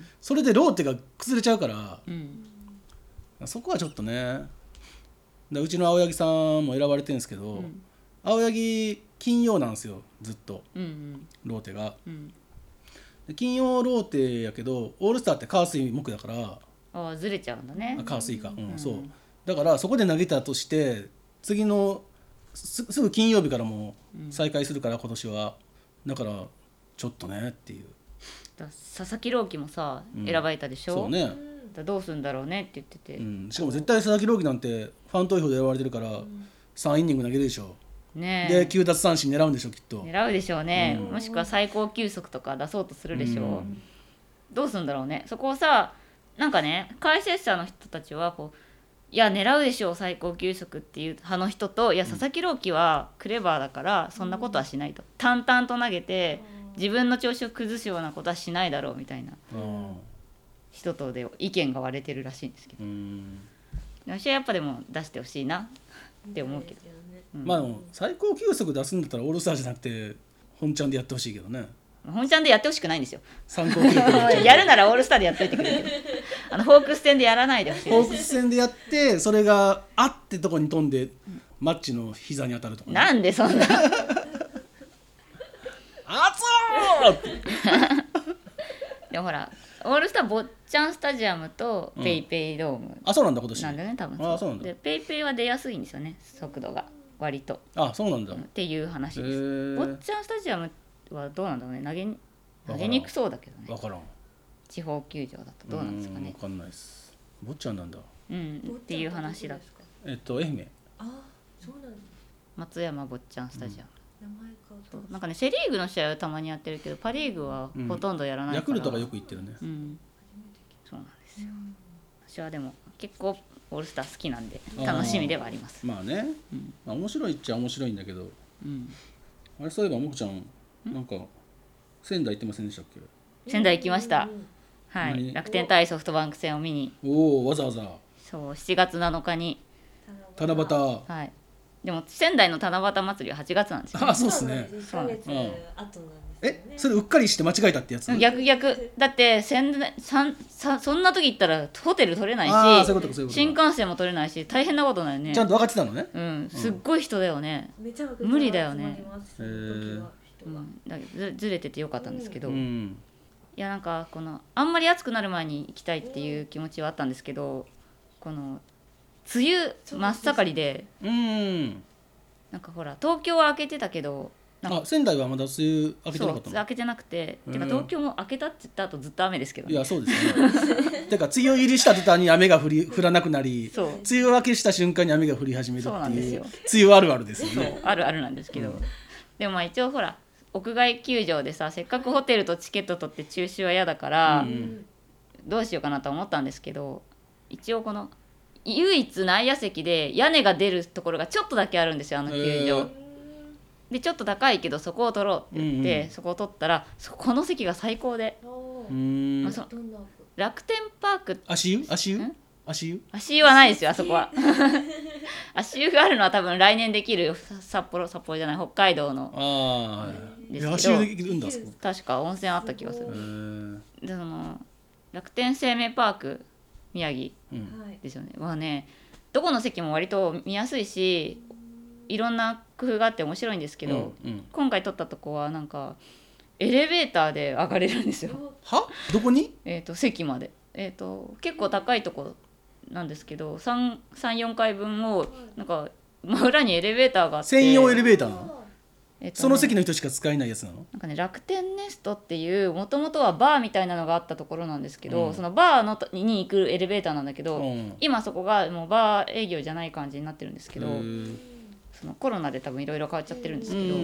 Speaker 3: それでローテが崩れちゃうから、うん、そこはちょっとね。うちの青柳さんも選ばれてるんですけど、うん、青柳金曜なんですよずっと、うんうん、ローテが、うん、で金曜ローテやけどオールスターって火水木だから
Speaker 2: あずれちゃうんだね。
Speaker 3: あ火水か、うんうん、そうだからそこで投げたとして次の す, すぐ金曜日からも再開するから、うん、今年はだからちょっとねっていう。
Speaker 2: だ佐々木朗希もさ、うん、選ばれたでしょ。
Speaker 3: そうね
Speaker 2: だどうするんだろうねって言ってて、
Speaker 3: うん、しかも絶対佐々木朗希なんてファン投票で選ばれてるから、うん、さんイニング投げるでしょ、ね、できゅう奪三振狙うんでしょきっと。
Speaker 2: 狙うでしょうね、うん、もしくは最高球速とか出そうとするでしょう、うん、どうするんだろうね。そこをさなんかね解説者の人たちはこういや狙うでしょう最高球速っていう派の人といや佐々木朗希はクレバーだからそんなことはしないと、うん、淡々と投げて自分の調子を崩すようなことはしないだろうみたいな、うん人とで意見が割れてるらしいんですけど、うん私はやっぱでも出してほしいなって思うけど、
Speaker 3: うん、まあ最高球速出すんだったらオールスターじゃなくて本ちゃんでやってほしいけどね。
Speaker 2: 本ちゃんでやってほしくないんですよ。
Speaker 3: 参考記録
Speaker 2: やるならオールスターでやっといてくれるあのホークス戦でやらないでほしいです。
Speaker 3: ホークス戦でやってそれがあってとこに飛んで、うん、マッチの膝に当たるとか、ね、
Speaker 2: なんでそんな熱
Speaker 3: ーって
Speaker 2: でもほらオールスター坊ちゃんスタジアムとペイペイドーム、うん、
Speaker 3: あそうなんだ今年
Speaker 2: なんだよね多分。そう
Speaker 3: あそうなんだ。
Speaker 2: でペイペイは出やすいんですよね速度が割と。
Speaker 3: あそうなんだ、うん、
Speaker 2: っていう話です。坊ちゃんスタジアムはどうなんだろうね投げ投げにくそうだけどね。
Speaker 3: 分からん
Speaker 2: 地方球場だとどうなんですかね。
Speaker 3: 分かんないです。坊ちゃんなんだ
Speaker 2: うんっていう話だ。
Speaker 3: えっと愛媛
Speaker 1: あそうなんだ
Speaker 2: 松山坊ちゃんスタジアム、
Speaker 1: うん、名前か
Speaker 2: そうなんかねセリーグの試合はたまにやってるけどパリーグはほとんどやらないから、うん、
Speaker 3: ヤクルトがよく行ってるね、
Speaker 2: うん、そうなんですよ、うん、私はでも結構オールスター好きなんで楽しみではあります。
Speaker 3: あまあね、うんまあ、面白いっちゃ面白いんだけど、うん、あれそういえばもこちゃんなんか仙台行ってませんでしたっけ。
Speaker 2: 仙台行きました、はい、楽天対ソフトバンク戦を見に。
Speaker 3: おおわざわざ。
Speaker 2: そうしちがつなのかに
Speaker 3: 七夕、
Speaker 2: はい、でも仙台の七夕祭りははちがつなんですよ、ね、
Speaker 3: あ、そうですね。
Speaker 1: いっかげつ後なんですよね。
Speaker 3: え、それうっかりして間違えたってやつ？
Speaker 2: 逆逆だって仙台さんさそんな時行ったらホテル取れないし、
Speaker 3: あ、そういうことそういうこと、
Speaker 2: 新幹線も取れないし大変なことだよね。
Speaker 3: ちゃんと分かってたのね。
Speaker 2: うん、すっごい人だよね、
Speaker 1: うん、めちゃくちゃ
Speaker 2: 無理だよね。
Speaker 1: へー、
Speaker 2: うん、だず, ずれててよかったんですけど、
Speaker 3: うん、
Speaker 2: いやなんかこのあんまり暑くなる前に行きたいっていう気持ちはあったんですけど、この梅雨真っ盛りで、
Speaker 3: うん、
Speaker 2: なんかほら東京は明けてたけど、
Speaker 3: あ、仙台はまだ梅雨明けてなかったの？
Speaker 2: そう明けてなくて、てか東京も明けたって言った後ずっと雨ですけど、ね、
Speaker 3: いやそうですねてか梅雨入りした途端に雨が降り降らなくなり、そう梅雨明けした瞬間に雨が降り始めるっていう、そうなんですよ、梅雨あるあるですよね。
Speaker 2: そうあるあるなんですけど、うん、でもまあ一応ほら屋外球場でさ、せっかくホテルとチケット取って中止は嫌だから、うん、どうしようかなと思ったんですけど、一応この唯一内野席で屋根が出るところがちょっとだけあるんですよ、あの球場、えー、でちょっと高いけどそこを取ろうって言って、うんうん、そこを取ったらそこの席が最高で、うん、まあ、そ楽天パーク
Speaker 3: 足湯足湯足湯
Speaker 2: 足湯はないですよ、あそこは足湯があるのは多分来年できる札幌札幌じゃない北海道の
Speaker 3: あ
Speaker 2: ですけど、
Speaker 3: 足湯できるんだ。
Speaker 2: 確か温泉あった気がする。でその楽天生命パーク宮城ですよね、うん、はね、どこの席も割と見やすいしいろんな工夫があって面白いんですけど、うんうん、今回撮ったとこはなんかエレベーターで上がれるんですよ。
Speaker 3: はどこに？
Speaker 2: えーと席まで、えーと結構高いとこなんですけど さん、よんかいぶんをなんか真裏にエレベーターがあって、
Speaker 3: 専用エレベーターなの？
Speaker 2: えっとね、
Speaker 3: その席の人しか使えないやつなの？
Speaker 2: なんかね、楽天ネストっていうもともとはバーみたいなのがあったところなんですけど、うん、そのバーのに行くエレベーターなんだけど、うん、今そこがもうバー営業じゃない感じになってるんですけど、そのコロナで多分いろいろ変わっちゃってるんですけど、うん、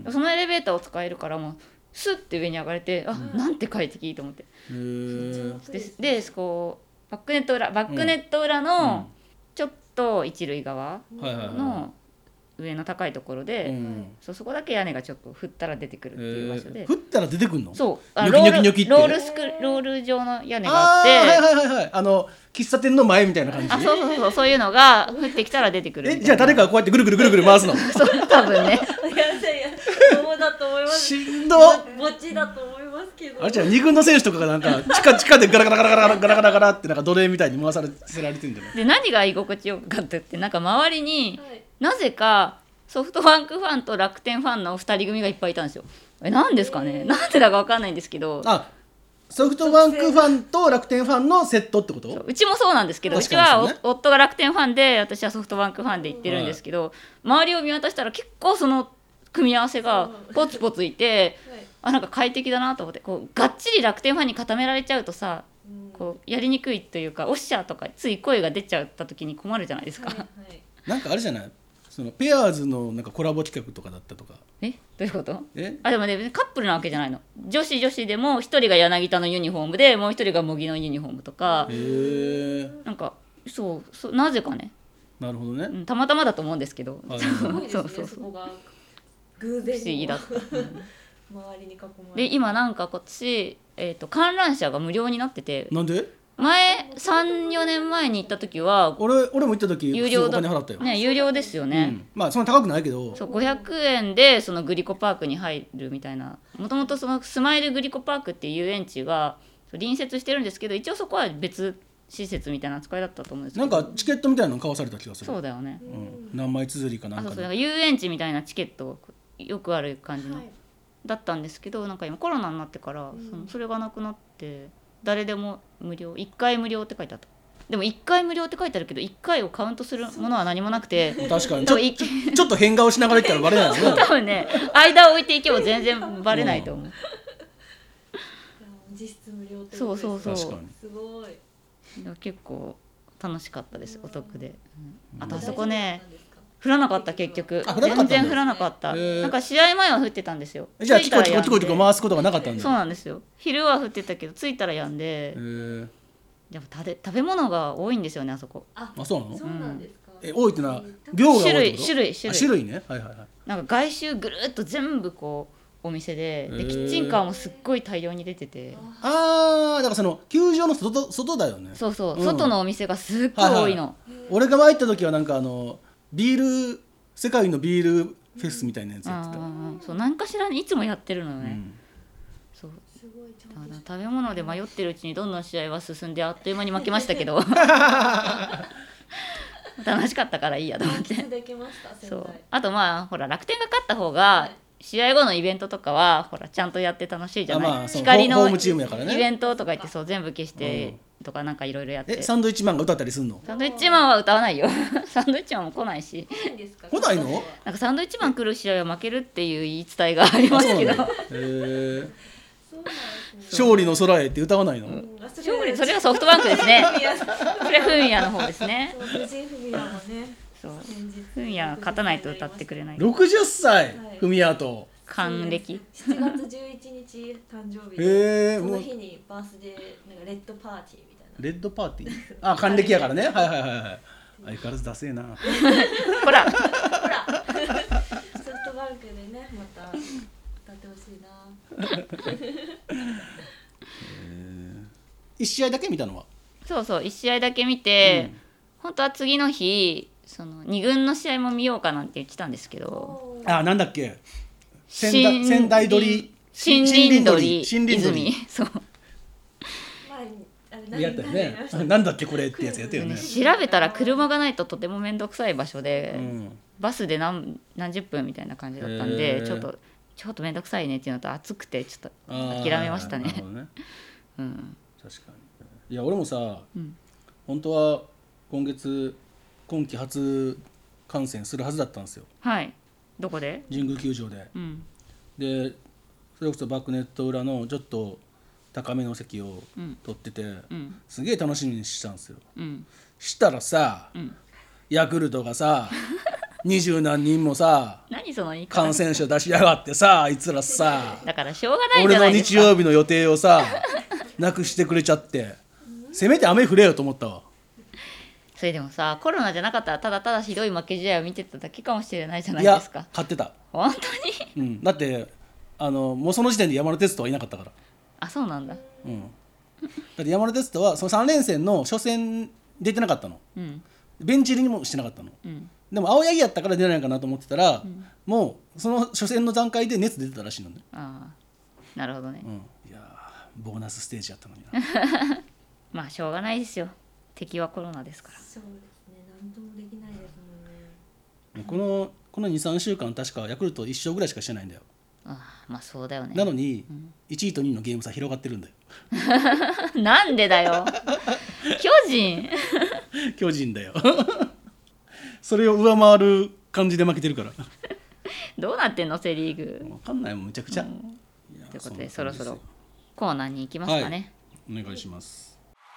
Speaker 2: そのエレベーターを使えるからもうスッて上に上がれて、あ、うん、なんて快適と思って、で, でこうバックネット裏バックネット裏のちょっと一塁側の上の高いところで、うん、そ, そこだけ屋根がちょっと振ったら出てくるっていう場所で、
Speaker 3: えー、振ったら出てくるの？
Speaker 2: そう
Speaker 3: ニョキニョキニョキって
Speaker 2: ロールスクロール状の屋根があって、
Speaker 3: あ、はいはいはいはい、あの喫茶店の前みたいな感じ。
Speaker 2: あ、そうそうそう、そういうのが降ってきたら出てくるみたいな。
Speaker 3: え、じゃあ誰かがこうやってぐるぐるぐるぐる回すの？
Speaker 2: そう多分ね。いやいや
Speaker 1: そうだと思います。
Speaker 3: しんど。
Speaker 1: ぼちだと思いますけど。
Speaker 3: あれじゃあに軍の選手とかがなんか地下地下でガラガラガラガラガラガラガラガラってなんか奴隷みたいに回させられてるんじゃない？
Speaker 2: で何が居心地よかったってなんか周りに、はい、なぜかソフトバンクファンと楽天ファンのふたり組がいっぱいいたんですよ。え、なんですかね、なんでだか分かんないんですけど、
Speaker 3: あ、ソフトバンクファンと楽天ファンのセットってこと？
Speaker 2: う, うちもそうなんですけど、うちは、ね、夫が楽天ファンで私はソフトバンクファンで行ってるんですけど、はい、周りを見渡したら結構その組み合わせがポツポツいて、はい、あ、なんか快適だなと思って、こうがっちり楽天ファンに固められちゃうとさ、こうやりにくいというか、オッシャーとかつい声が出ちゃった時に困るじゃないですか、はいはい、
Speaker 3: なんかあれじゃない、そのペアーズのなんかコラボ企画とかだったとか。
Speaker 2: え、どういうこと？え、あ、でもね、カップルなわけじゃないの。女子女子でも一人が柳田のユニフォームでもう一人が茂木のユニフォームとか、へー、なんかそうそう、なぜかね、
Speaker 3: なるほどね、
Speaker 2: うん、たまたまだと思うんですけど、
Speaker 1: はい、そうそうそう、そこが偶然
Speaker 2: 不思議だった、うん、
Speaker 1: 周りに囲まれ
Speaker 2: て。で今なんか今年、えーと、観覧車が無料になってて。
Speaker 3: なんで？
Speaker 2: 前 さん、よねんまえに行った時は
Speaker 3: 俺, 俺も行った時有料だ、お金払ったよ、
Speaker 2: ね、有料ですよね、うん、
Speaker 3: まあそんな高くないけど、
Speaker 2: そうごひゃくえんでそのグリコパークに入るみたいな。もともとそのスマイルグリコパークっていう遊園地が隣接してるんですけど、一応そこは別施設みたいな扱いだったと思うんですけど、
Speaker 3: なんかチケットみたいなの買わされた気がする。
Speaker 2: そうだよね、
Speaker 3: うん、何枚綴りかなんか、
Speaker 2: あ、そうそう、なんか遊園地みたいなチケットよくある感じの、はい、だったんですけど、なんか今コロナになってから、うん、そのそれがなくなって誰でも無料、いっかい無料って書いてあった。でもいっかい無料って書いてあるけどいっかいをカウントするものは何もなくて、
Speaker 3: 確かにちょ, ちょっと変顔しながら行ったらバレないですね
Speaker 2: 多分ね、間を置いていけば全然バレないと思う、うん、
Speaker 1: 実質無料ってことです。
Speaker 2: そうそうそう、
Speaker 1: 確かにすごい。
Speaker 2: 結構楽しかったです、お得で、うん、あとあそこね降らなかった結局、全然降らなかった、なんか試合前は降ってたんですよ。
Speaker 3: じゃあチコチコチコチコ回すことがなかったんだ。
Speaker 2: そうなんですよ、昼は降ってたけど着いたらやんで、でも食べ、食べ物が多いんですよね、あそこ。
Speaker 3: あ、そうなの？
Speaker 1: そうなんですか。
Speaker 3: え、多いってのは量が多いってこと？
Speaker 2: 種類種類種類
Speaker 3: 種類ね、はいはいはい。
Speaker 2: なんか外周ぐるっと全部こうお店で、でキッチンカーもすっごい大量に出てて、
Speaker 3: ああだからその球場の 外, 外だよね。
Speaker 2: そうそう、うん、外のお店がすっごい多いの、はいはい、
Speaker 3: 俺が前行った時はなんかあのビール世界のビールフェスみたいなやつやってた、うん、
Speaker 2: そう何かしらにいつもやってるのよね、うん、そうだ食べ物で迷ってるうちにどんどん試合は進んであっという間に負けましたけど楽しかったからいいやと思ってそうあとまあほら楽天が勝った方が、はい試合後のイベントとかはほらちゃんとやって楽しいじゃない、まあ、光のイベントとか言ってそう全部消してとかなんかいろいろやって、
Speaker 3: えサンドイッチマンが歌ったりするの？
Speaker 2: サンドイッチマンは歌わないよサンドイッチマンも来ないし
Speaker 3: 来ないの？
Speaker 2: なんかサンドイッチマン来る試合は負けるっていう言い伝えがありますけどへ
Speaker 3: ー勝利の空へって歌わないの？うん、
Speaker 2: 勝利それはソフトバンクですねそれはフンヤの方ですね
Speaker 1: 藤井フミヤもね
Speaker 2: そうフンヤ勝たないと歌ってくれない
Speaker 3: ろくじゅっさいフミヤと
Speaker 2: 還暦
Speaker 1: しちがつじゅういちにち誕生日でその日にバースデーなんかレッドパーティーみたいな
Speaker 3: レッドパーティーあ還暦やからねはいはいはいはい相変わらずダセえな
Speaker 2: ほらほらソフ
Speaker 1: トバンクでねまた歌ってほしいな
Speaker 3: いち試合だけ見たのは
Speaker 2: そうそういち試合だけ見て、うん、本当は次の日そのに軍の試合も見ようかなんて言ってたんですけど
Speaker 3: あなんだっけ仙, 仙台鳥
Speaker 2: 新林鳥泉そう
Speaker 3: やったよねなんだっけこれってやつやったよね
Speaker 2: 調べたら車がないととても面倒くさい場所で、うん、バスで 何, 何十分みたいな感じだったんでちょっとちょっと面倒くさいねっていうのと暑くてちょっと諦めましたね。なるほどね、うん、
Speaker 3: 確かにいや俺もさ、うん、本当は今月今季初観戦するはずだったんですよ。
Speaker 2: はいどこで？
Speaker 3: 神宮球場で、うん、でそれこそバックネット裏のちょっと高めの席を取ってて、うん、すげえ楽しみにしたんですよ、うん、したらさ、うん、ヤクルトがさ二十何人もさ
Speaker 2: 何その言い方
Speaker 3: 感染者出しやがってさあいつらさ
Speaker 2: だからしょうがないじゃないですか
Speaker 3: 俺の日曜日の予定をさなくしてくれちゃってせめて雨降れよと思ったわ。
Speaker 2: それでもさコロナじゃなかったらただただひどい負け試合を見てただけかもしれないじゃないですか。いや
Speaker 3: 勝ってた
Speaker 2: 本当
Speaker 3: に、うん、だってあのもうその時点で山田哲人はいなかったから。
Speaker 2: あそうなんだ、
Speaker 3: うん、だって山田哲人はそのさん連戦の初戦出てなかったの、うん、ベンチ入りにもしてなかったの、うん、でも青柳やったから出ないかなと思ってたら、うん、もうその初戦の段階で熱出てたらしいのね。
Speaker 2: ああなるほどね、うん、
Speaker 3: いやボーナスステージやったのに
Speaker 2: なまあしょうがないですよ敵はコロナですから。
Speaker 1: そうですね何ともできないですもんね。
Speaker 3: このこの にさんしゅうかん確かヤクルトいっ勝ぐらいしかしてないんだよ。
Speaker 2: ああまあそうだよね。
Speaker 3: なのに、うん、いちいとにいのゲーム差広がってるんだよ
Speaker 2: なんでだよ巨人
Speaker 3: 巨人だよそれを上回る感じで負けてるから
Speaker 2: どうなってんのセリーグ
Speaker 3: 分かんないもんめちゃくちゃ、うん、
Speaker 2: ということでそろそろコーナーに行きますかね、
Speaker 3: はい、お願いします。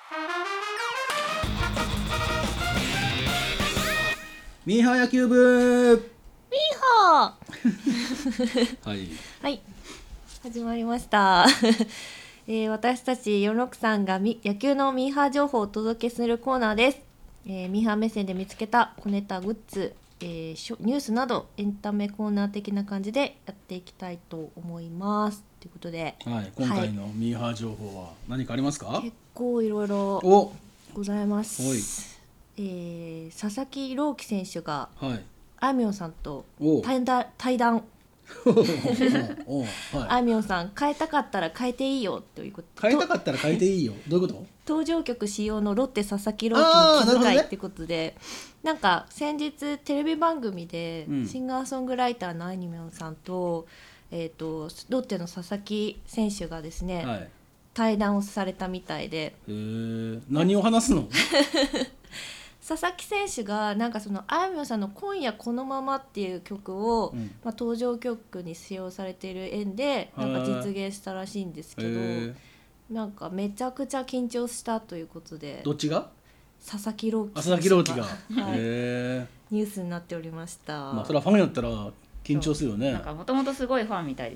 Speaker 3: ミーハー野球部
Speaker 1: ミーハ
Speaker 3: ーはい、
Speaker 1: はい、始まりました、えー、私たちよんろくさんが野球のミーハー情報をお届けするコーナーです、えー、ミーハー目線で見つけた小ネタグッズ、えー、ニュースなどエンタメコーナー的な感じでやっていきたいと思いますということで、
Speaker 3: はい、今回のミーハー情報は何かありますか？はい、
Speaker 1: 結構いろいろございます。えー、佐々木朗希選手が、はい、あいみょんさんと対談、対談あいみょんさん変えたかったら変えていいよということ。
Speaker 3: 変えたかったら変えていいよどういうこと？
Speaker 1: 登場曲使用のロッテ佐々木朗希の気遣いってことで、な、ね,、んか先日テレビ番組でシンガーソングライターのあいみょんさんと、えーとロッテの佐々木選手がですね、はい、対談をされたみたいで。
Speaker 3: へー、何を話すの？
Speaker 1: 佐々木選手がなんかそのあいみょんさんの今夜このままっていう曲を、うんまあ、登場曲に使用されている縁でなんか実現したらしいんですけど、なんかめちゃくちゃ緊張したということで。
Speaker 3: どっちが？
Speaker 1: 佐々木朗希
Speaker 3: 佐々木朗希が、はい、
Speaker 1: へニュースになっておりました。
Speaker 3: まあそれはファンやったら緊張するよね。
Speaker 2: なんかもともとすごいファンみたいですよ。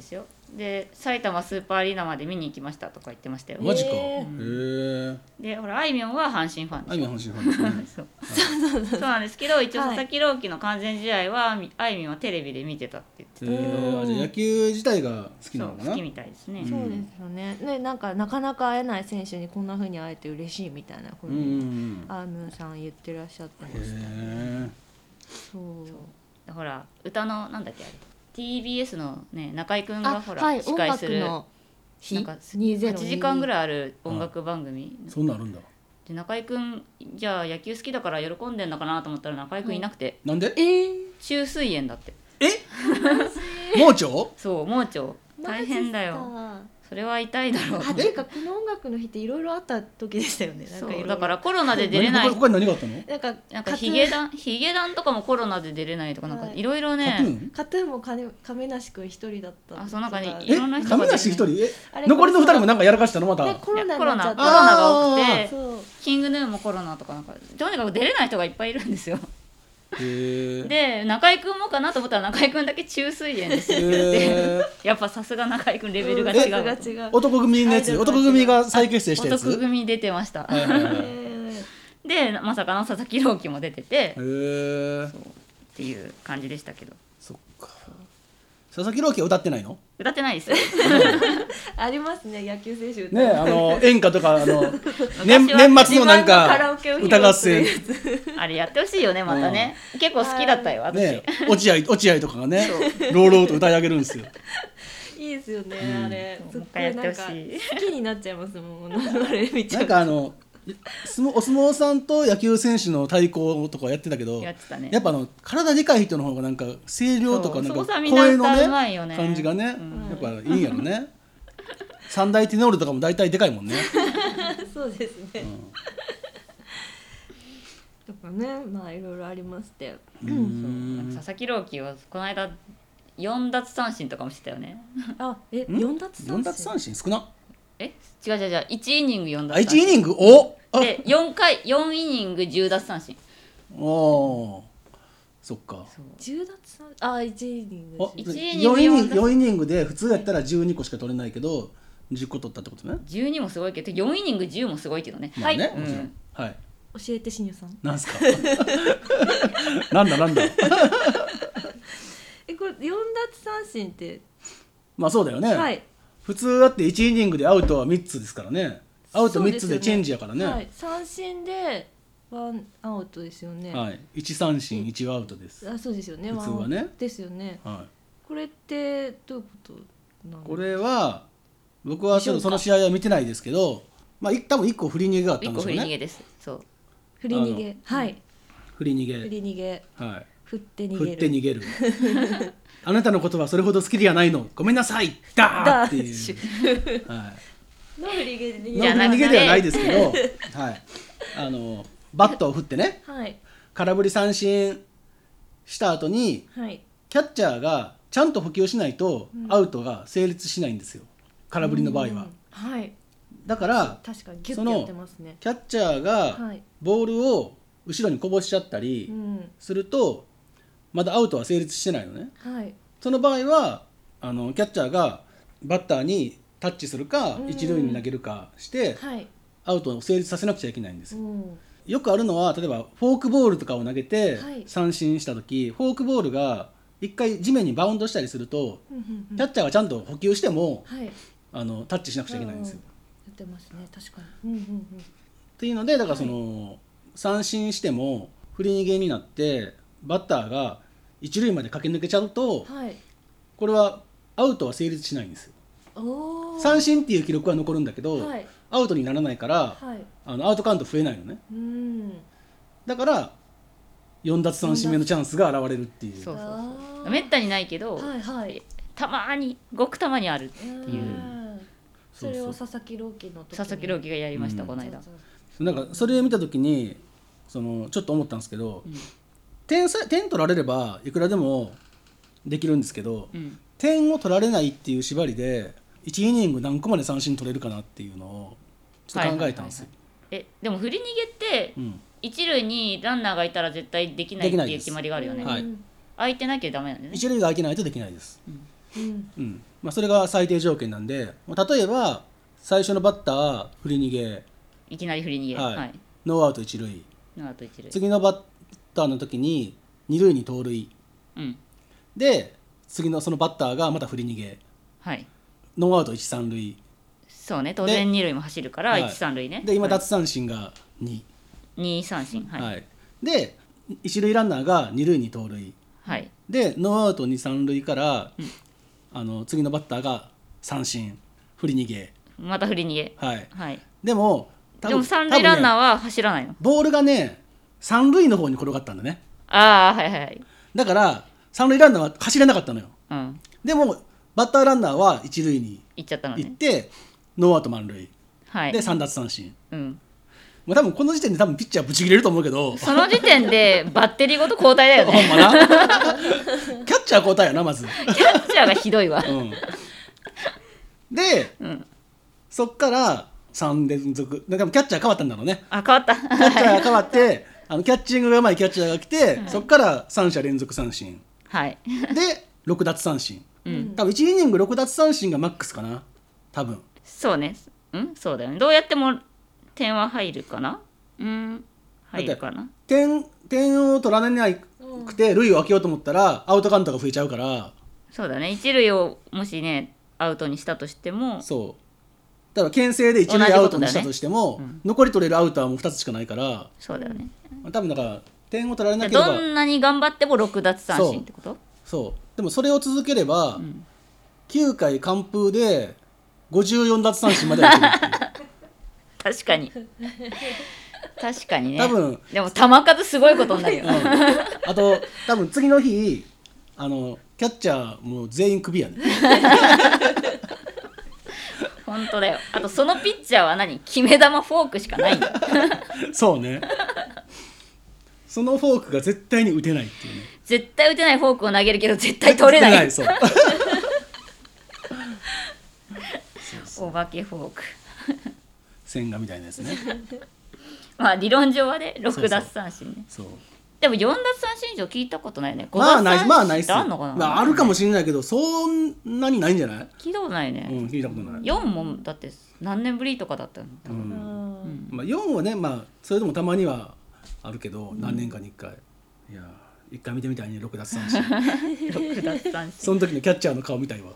Speaker 2: で埼玉スーパーアリーナまで見に行きましたとか言ってましたよ。
Speaker 3: マジか。へえ。
Speaker 2: でほらあいみょんは阪神ファンでしょ。
Speaker 3: あいみょん阪神ファンですね。
Speaker 2: そうそうなんですけど、一応佐々木朗希の完全試合はあいみょんはテレビで見てたって言ってたけど、
Speaker 3: じゃあ野球自体が好きなのかな。
Speaker 2: 好きみたいですね。
Speaker 1: そうですよね。ね、なんかなかなか会えない選手にこんな風に会えて嬉しいみたいなふうにあーみょんさん言ってらっしゃってましたね。そう
Speaker 2: ほら歌のなんだっけあれ ティービーエス のね中居くんがほら、はい、司会するなんかはちじかんぐらいある音楽番組、
Speaker 3: そんなあるんだ。
Speaker 2: で中居くんじゃあ野球好きだから喜んでんのかなと思ったら中居くんいなくて、はい、
Speaker 3: なんで？
Speaker 1: えー、
Speaker 2: 虫垂炎だって。
Speaker 3: え盲腸？
Speaker 2: そう盲腸大変だよ。それは痛いだろう。
Speaker 1: あっていうかこの音楽の日っていろいろあった時でしたよね。なんか
Speaker 2: そうだからコロナで出れない。
Speaker 3: 他に何があったの？
Speaker 2: なんかなんかヒゲダンヒゲダンとかもコロナで出れないとかなんかいろいろね。
Speaker 1: カトゥーンも亀梨くん一人だった。
Speaker 2: あそうなんかねいろんな人
Speaker 3: が。亀梨一人？え残りの二人もなんかやらかしたのまた。
Speaker 1: ね、コロナコ
Speaker 2: ロナコロナが多くてキングヌーもコロナとかなんかとにかく出れない人がいっぱいいるんですよ。で中居くんもかなと思ったら中居くんだけ虫垂炎ですよってやっぱさすが中居くんレベルが違う、
Speaker 3: うん、男組のやつ男組が再結成したやつ
Speaker 2: 男組出てましたでまさかの佐々木朗希も出ててそうっていう感じでしたけど。
Speaker 3: そっか佐々木朗希は歌ってないの？
Speaker 2: 歌ってないですよ
Speaker 1: ありますね野球選手
Speaker 3: ねあの演歌とかあの 年, 年末のなんか歌合戦
Speaker 2: あれやってほしいよねまたね、うん、結構好きだったよ私、
Speaker 3: ね、落合落合とかがねローローと歌い上げるんですよ
Speaker 1: いいですよね、うん、あれ
Speaker 2: もう一回やってほしい
Speaker 1: 好きになっちゃいますもんあれ見ちゃう
Speaker 3: なんかあのお相撲さんと野球選手の対抗とかやってたけど
Speaker 2: やってた、ね、
Speaker 3: やっぱあの体でかい人の方がなんか声量とかなんか声のね感じがね、うん、やっぱいいんやろね三大テノールとかも大体でかいもんね
Speaker 1: そうですね、うん、とかねまあいろいろありまして、
Speaker 2: うん、佐々木朗希はこの間よん奪三振とかもしてたよね
Speaker 1: あえよん奪三振
Speaker 3: よん奪三振少な
Speaker 2: え違う違う違ういちイニングよん奪
Speaker 3: 三振いちイニングお
Speaker 2: でよんかいよんイニングじゅう奪三振
Speaker 3: おーそっか
Speaker 1: じゅう奪三あいちイニング
Speaker 3: いちイニング よん, イニングよんイニングで普通やったらじゅうにこしか取れないけどじゅっこ取ったってことね。
Speaker 2: じゅうにもすごいけどよんイニングじゅうもすごいけどね、
Speaker 3: まあね、
Speaker 2: はい、
Speaker 3: うんはい、
Speaker 1: 教えてしにゅさん
Speaker 3: なんすかなんだなんだ
Speaker 1: えこれよん奪三振って
Speaker 3: まあそうだよね、
Speaker 1: はい、
Speaker 3: 普通だっていちイニングでアウトはみっつですからねアウトみっつでチェンジやからね、
Speaker 1: はい、三振でワンアウトですよね。
Speaker 3: はい、いち三振いちアウトです。
Speaker 1: あ、そうですよね。
Speaker 3: 普通はね。
Speaker 1: ですよね。
Speaker 3: はい。
Speaker 1: これってどういうことなの？
Speaker 3: これは僕はちょっとその試合は見てないですけど、まあ多分いっこ振り逃げがあったんですよね。
Speaker 2: いっこ振り逃げです。そう。
Speaker 1: 振り逃げ。はい。
Speaker 3: 振り逃げ。
Speaker 1: 振り逃げ。
Speaker 3: はい。
Speaker 1: 振って逃げる。
Speaker 3: 振って逃げる。あなたのことはそれほど好きではないの。ごめんなさい。ダーっていう。はい。
Speaker 1: の振り逃げで
Speaker 3: の振り逃げではないですけど、はい。あのバットを振ってね。
Speaker 1: はい。
Speaker 3: 空振り三振した後に、
Speaker 1: はい、
Speaker 3: キャッチャーがちゃんと捕球しないとアウトが成立しないんですよ、空振りの場合は、
Speaker 1: はい、
Speaker 3: だから
Speaker 1: 確かにギュッてやってますね。
Speaker 3: キャッチャーがボールを後ろにこぼしちゃったりするとまだアウトは成立してないのね、
Speaker 1: はい、
Speaker 3: その場合はあのキャッチャーがバッターにタッチするか、うん、一塁に投げるかして、はい、アウトを成立させなくちゃいけないんですよ、うん、よくあるのは例えばフォークボールとかを投げて三振した時、はい、フォークボールが一回地面にバウンドしたりすると、うんうんうん、キャッチャーがちゃんと捕球しても、はい、あのタッチしなくちゃいけないんですよ。
Speaker 1: やってますね確かに、うんうんうん、
Speaker 3: っていうのでだからその、はい、三振しても振り逃げになってバッターが一塁まで駆け抜けちゃうと、はい、これはアウトは成立しないんですよ。お三振っていう記録は残るんだけど、はい、アウトにならないから、はい、あのアウトカウント増えないのね。うんだからよん奪三振目のチャンスが現れるっていう。
Speaker 2: そうそうそうめったにないけど、はいはい、たまにごくたまにあるっていう。
Speaker 1: それを佐々木朗希の時に
Speaker 2: 佐々木朗希がやりました、うん、この間。
Speaker 3: なんかそれを見た時にそのちょっと思ったんですけど、うん、点, 点取られればいくらでもできるんですけど、うん、点を取られないっていう縛りでいちイニング何個まで三振取れるかなっていうのをちょっと考えたんですよ。
Speaker 2: はいはいはいはい、えでも振り逃げって、うん、一塁にランナーがいたら絶対できないっていう決まりがあるよね。はい、空いてなきゃダメなんだよね。
Speaker 3: 一塁が空いてないとできないです。うん、
Speaker 1: うん
Speaker 3: うんまあ、それが最低条件なんで、例えば最初のバッター振り逃げ、
Speaker 2: いきなり振り逃げ、
Speaker 3: はい
Speaker 2: はい、
Speaker 3: ノーアウト一塁、
Speaker 2: ノーアウト一塁、
Speaker 3: 次のバッターの時に二塁に盗塁、
Speaker 2: うん、
Speaker 3: で次のそのバッターがまた振り逃げ、
Speaker 2: はい、
Speaker 3: ノーアウト一三塁、
Speaker 2: そうね、当然二塁も走るから
Speaker 3: はい
Speaker 2: 一三塁ね。
Speaker 3: で今
Speaker 2: はい、
Speaker 3: 奪三振がに、
Speaker 2: 二三振、はい、
Speaker 3: はい、で一塁ランナーが二塁に盗塁、
Speaker 2: はい、
Speaker 3: でノーアウト二三塁から、
Speaker 2: うん、
Speaker 3: あの次のバッターが三振、振り逃げ、
Speaker 2: また振り逃げ、
Speaker 3: はい、
Speaker 2: はい、
Speaker 3: でも
Speaker 2: でも三塁ランナーは走らないの、
Speaker 3: ね、ボールがね三塁の方に転がったんだね。
Speaker 2: ああはいはい、
Speaker 3: だから三塁ランナーは走れなかったのよ、
Speaker 2: うん、
Speaker 3: でもバッターランナーは一塁に
Speaker 2: 行っちゃったの
Speaker 3: 行っ
Speaker 2: ね、
Speaker 3: てノーアウト満塁、
Speaker 2: はい、
Speaker 3: で三奪三振、
Speaker 2: うん、
Speaker 3: もう多分この時点で多分ピッチャーブチ切れると思うけど、
Speaker 2: その時点でバッテリーごと交代だよね
Speaker 3: ほんまなキャッチャー交代やなまず、
Speaker 2: キャッチャーがひどいわ、
Speaker 3: うん、で、
Speaker 2: うん、
Speaker 3: そっからさん連続でもキャッチャー変わったんだろうね、
Speaker 2: あ変わった
Speaker 3: キャッチャーが変わってあのキャッチングがうまいキャッチャーが来て、はい、そっから三者連続三振、
Speaker 2: はい、
Speaker 3: でろく奪三振、
Speaker 2: うん、
Speaker 3: 多分いちイニングろく奪三振がマックスかな多分。
Speaker 2: そうね、うんそうだよね、どうやっても点は入るかな、うん入るかな、
Speaker 3: 点点を取られなくて塁を空けようと思ったらアウトカウントが増えちゃうから、
Speaker 2: そうだね、一塁をもしねアウトにしたとしても、
Speaker 3: そうだから牽制で一塁アウトにしたとしても、ねうん、残り取れるアウトはもうふたつしかないから、
Speaker 2: そうだよね、
Speaker 3: 多分だから点を取られなければ
Speaker 2: どんなに頑張ってもろく奪三振ってこと？
Speaker 3: そうそうでもそれを続ければ、うん、きゅうかい完封でごじゅうよん奪三振まではいけるっていう
Speaker 2: 確かに確かにね、
Speaker 3: 多分
Speaker 2: でも球数すごいことになるよ、うん、
Speaker 3: あと多分次の日あのキャッチャーもう全員クビやね
Speaker 2: 本当だよ。あとそのピッチャーは何、決め球フォークしかないんだ
Speaker 3: そうね、そのフォークが絶対に打てないっていうね、
Speaker 2: 絶対打てないフォークを投げるけど絶対取れない、
Speaker 3: そう
Speaker 2: お化けフォーク
Speaker 3: 千賀みたいなやつね
Speaker 2: まあ理論上はねろく奪三振ね、
Speaker 3: そうそうそう、
Speaker 2: でもよん奪三振以上聞いたことないよね。
Speaker 3: まあないまあないっす、
Speaker 2: あんのかな、
Speaker 3: まあ、あるかもしれないけどそんなにないんじゃない？
Speaker 2: 聞いたことないね、
Speaker 3: うん、聞いたことない。
Speaker 2: よんもだって何年ぶりとかだったの、
Speaker 3: うんうんまあ、よんはね、まあ、それでもたまにはあるけど、うん、何年かにいっかい、いやいっかい見てみたいねろく奪三振
Speaker 2: ろく奪三振
Speaker 3: その時のキャッチャーの顔見たいわ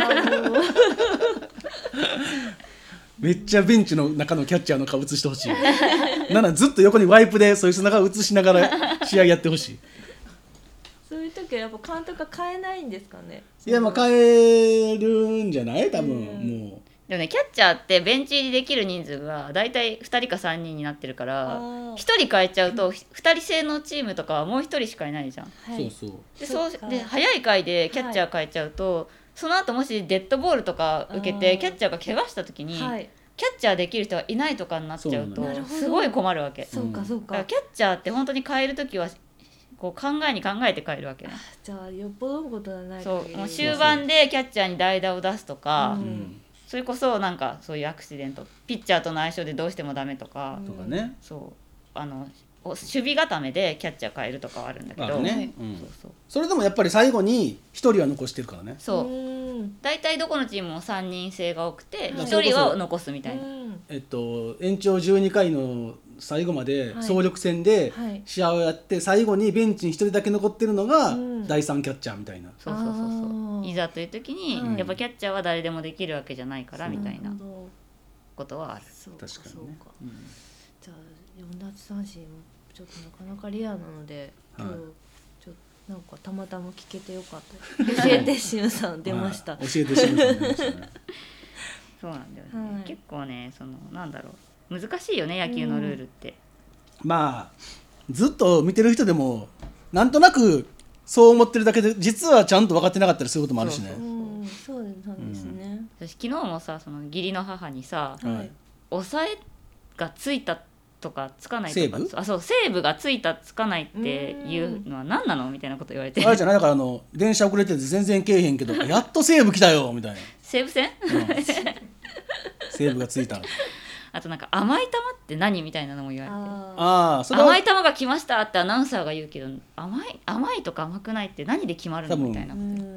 Speaker 3: めっちゃベンチの中のキャッチャーの顔映してほしいなんならずっと横にワイプでそいつの顔映しながら試合やってほしい
Speaker 1: そういう時はやっぱ監督が変えないんですかね。
Speaker 3: いやまあ変えるんじゃない多分、うん、もう
Speaker 2: でもねキャッチャーってベンチ入りできる人数がだいたいふたりかさんにんになってるからひとり変えちゃうとふたり制のチームとかはもうひとりしかいないじゃん、
Speaker 3: はい、そうそう
Speaker 2: でそうで早い回でキャッチャー変えちゃうと、はい、その後もしデッドボールとか受けてキャッチャーが怪我した時に、はい、キャッチャーできる人はいないとかになっちゃうとすごい困るわけ。
Speaker 1: そうかそうか。
Speaker 2: だからキャッチャーって本当に変える時はこう考えに考えて変えるわけね。
Speaker 1: じゃあよっぽどのことはない。
Speaker 2: そうもう終盤でキャッチャーに代打を出すとか、うん、それこそなんかそういうアクシデントピッチャーとの相性でどうしてもダメとか、
Speaker 3: とかね、
Speaker 2: そうあの守備固めでキャッチャー変えるとかはあるんだけど、
Speaker 3: ねうん、そうそうそれでもやっぱり最後にひとりは残してるからね。
Speaker 2: そう大体どこのチームもさんにん制が多くてひとりは残すみたいな、
Speaker 3: えっと、延長じゅうにかいの最後まで総力戦で試合をやって、はい、最後にベンチにひとりだけ残ってるのがだいさんキャッチャーみたいな、
Speaker 2: そうそうそうそういざという時に、はい、やっぱキャッチャーは誰でもできるわけじゃないからみたいなことはある。
Speaker 1: そうか
Speaker 3: 確かにね、
Speaker 1: うん、じゃあよん奪三振ちょっとなかなかレアなので今日、はい、ちょなんかたまたま聞けてよかった教えてしゅんさん出ました、
Speaker 3: はい、教えてしゅんさん出ましたね
Speaker 2: そうなんだよね、はい、結構ねそのなんだろう難しいよね野球のルールって、
Speaker 3: うん、まあずっと見てる人でもなんとなくそう思ってるだけで実はちゃんと分かってなかったりすることもあるしね。
Speaker 1: そうそう、うん、そうなんですね、
Speaker 2: うん、私昨日もさその義理の母にさ、はい、抑えがついたとかつかないとか、
Speaker 3: セーブ？
Speaker 2: あそうセーブがついたつかないっていうのは何なのみたいなこと言われて、
Speaker 3: あれじゃないだからあの電車遅れてて全然来えへんけどやっとセーブ来たよみたいな
Speaker 2: 西武戦、
Speaker 3: うん、セーブがついた。
Speaker 2: あとなんか甘い球って何みたいなのも言われて、
Speaker 3: ああそれは
Speaker 2: 甘い球が来ましたってアナウンサーが言うけど甘い甘いとか甘くないって何で決まるのみたいな。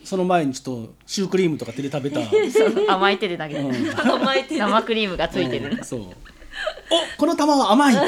Speaker 3: その前にちょっとシュークリームとか手で食べた
Speaker 2: 甘い手で投げる、うん、甘い手で生クリームがついてる、
Speaker 3: うん、そうおこの玉は甘いそう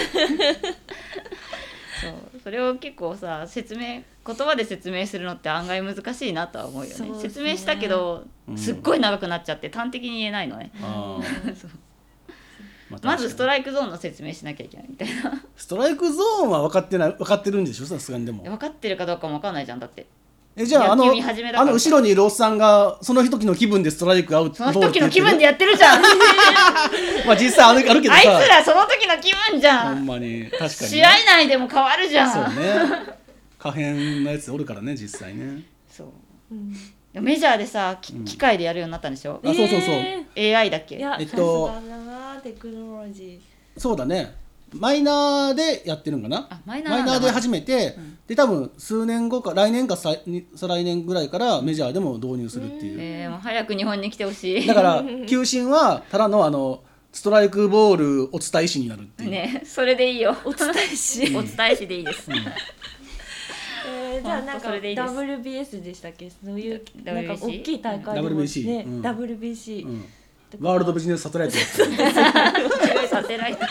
Speaker 2: それを結構さ説明言葉で説明するのって案外難しいなとは思うよ ね, ね説明したけど、うん、すっごい長くなっちゃって端的に言えないのね、うんそうま, まずストライクゾーンの説明しなきゃいけないみたいな
Speaker 3: ストライクゾーンは分かってない分かってるんでしょさすがにでも
Speaker 2: 分かってるかどうかも分かんないじゃんだって
Speaker 3: えじゃああのあの後ろにいるおっさんがその時の気分でストライクアウト
Speaker 2: その時の気分でやってるじゃん
Speaker 3: まあ実際ある, あるけどさ
Speaker 2: あいつらその時の気分じゃん
Speaker 3: ほんまに確かに、ね、
Speaker 2: 試合内でも変わるじゃん
Speaker 3: そうね可変なやつおるからね実際ね
Speaker 2: そう、うんメジャーでさ、うん、機械でやるようになったんでしょ、
Speaker 3: あそうそうそう
Speaker 2: エーアイ だっけ
Speaker 1: いや、えっと、さすがだなテクノロジ
Speaker 3: ーそうだねマイナーでやってるんかな
Speaker 2: あマイナーなんだ
Speaker 3: マイナーで始めて、うん、で多分数年後か来年か再来年ぐらいからメジャーでも導入するっていう、
Speaker 2: えー、もう早く日本に来てほしい
Speaker 3: だから球審はただのあのストライクボールお伝え師になるっていう
Speaker 2: ねそれでいいよ
Speaker 1: お伝え師
Speaker 2: お伝え師でいいです、うん
Speaker 1: えー、じゃあなんか ダブリュービーエス でしたっけそういうなんか大きい大会でも、ね、ダブリュービーシー、うん、ダブリュービーシー、うん、
Speaker 3: ワールドビジネスサテライト
Speaker 2: 違うサテライト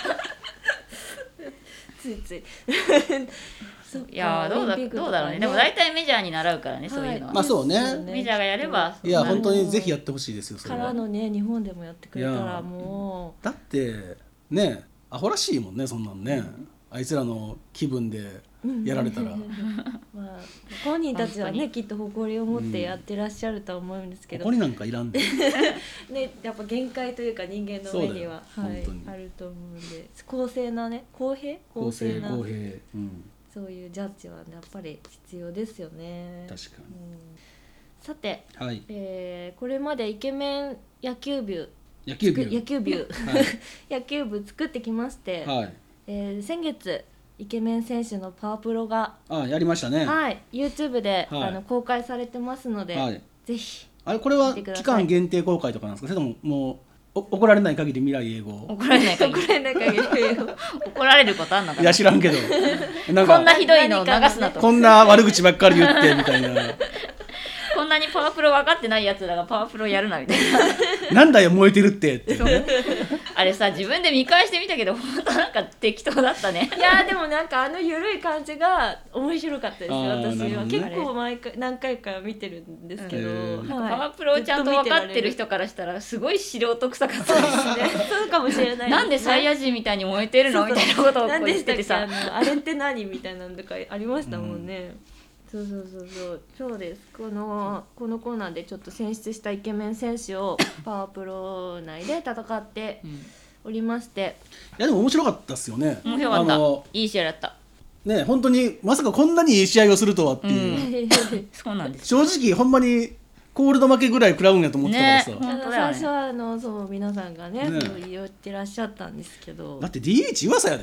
Speaker 1: ついつい
Speaker 2: いやどう だ, どうだろうねでも大体メジャーに習うからね、はい、そういうのは
Speaker 3: まあそうね
Speaker 2: メジャーがやれば
Speaker 3: いや本当にぜひやってほしいですよそれ
Speaker 1: からのね日本でもやってくれたらも
Speaker 3: うだってねアホらしいもんねそんなんね、うん、あいつらの気分でやられたら、
Speaker 1: まあ、本人たちはねきっと誇りを持ってやってらっしゃると思うんですけど、
Speaker 3: うん、誇りなんかいらんで
Speaker 1: ねやっぱ限界というか人間の目には、はい、あると思うんで公正なね公平公正な
Speaker 3: 公平、うん、
Speaker 1: そういうジャッジは、ね、やっぱり必要ですよね
Speaker 3: 確かに、うん、
Speaker 1: さて、
Speaker 3: はい
Speaker 1: えー、これまでイケメン野球部
Speaker 3: 野球部
Speaker 1: 野球部、はい、野球部作ってきまして、
Speaker 3: はい
Speaker 1: えー、先月イケメン選手のパワープロが
Speaker 3: あやりましたね、
Speaker 1: はい、YouTube で、はい、あの公開されてますので、はい、ぜひ
Speaker 3: あれこれは期間限定公開とかなんですかそれとももう怒られない限り未来永劫
Speaker 2: 怒られない限り怒られることあんのかない
Speaker 3: や知らんけど
Speaker 2: なんかこんなひどいのを流すなと
Speaker 3: こんな悪口ばっかり言ってみたいな
Speaker 2: こんなにパワープロ分かってないやつらがパワープロやるなみたい
Speaker 3: ななんだよ燃えてるってって
Speaker 2: あれさ自分で見返してみたけど本当なんか適当だったね
Speaker 1: いやでもなんかあの緩い感じが面白かったですよ私は、ね、結構毎回何回か見てるんですけど、
Speaker 2: うん、はい、パワープロをちゃんと分かってる人からしたらすごい素人臭かったですね
Speaker 1: そうかもしれないです、ね、
Speaker 2: なんでサイヤ人みたいに燃えてるのみたいなことを言っててさ
Speaker 1: あのあれって何みたいなのとかありましたもんね、うん、そうそうそうそうそうですこのこのコーナーでちょっと選出したイケメン選手をパワープロ内で戦っておりまして、
Speaker 3: いやでも面白かったっすよね
Speaker 2: 面白かったいい試合だった
Speaker 3: ね本当にまさかこんなにいい試合をするとはっていう、
Speaker 2: うん、そうなんです
Speaker 3: 正直ほんまにコールド負けぐらい食らうんやと思ってたからさ、ね
Speaker 1: 本当だよね、最初はあのそう皆さんが ね, ねそう言ってらっしゃったんですけど
Speaker 3: だって ディーエイチ 噂やで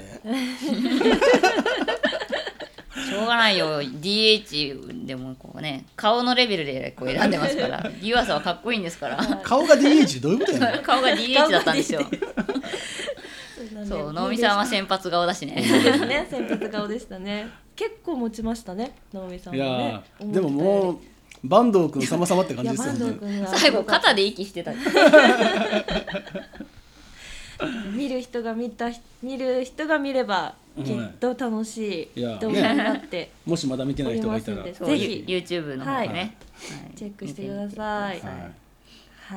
Speaker 2: しょうがないよ ディーエイチ でもこうね顔のレベルでこう選んでますから湯浅はかっこいいんですから
Speaker 3: 顔が ディーエイチ どういうことやねん
Speaker 2: 顔が ディーエイチ だったんですよそう能見さんは先発顔だしね
Speaker 1: そうですね先発顔でしたね結構持ちましたね能見さんもね。
Speaker 3: いやでももう坂東くん様々って感じですよね
Speaker 2: 最後肩で息してた
Speaker 1: 見る人が見た見る人が見ればきっと楽しい動画になって、ね、
Speaker 3: もしまだ見てない人がいたら
Speaker 2: ぜひ YouTube の方ね、はい、
Speaker 1: チェックしてください。はい、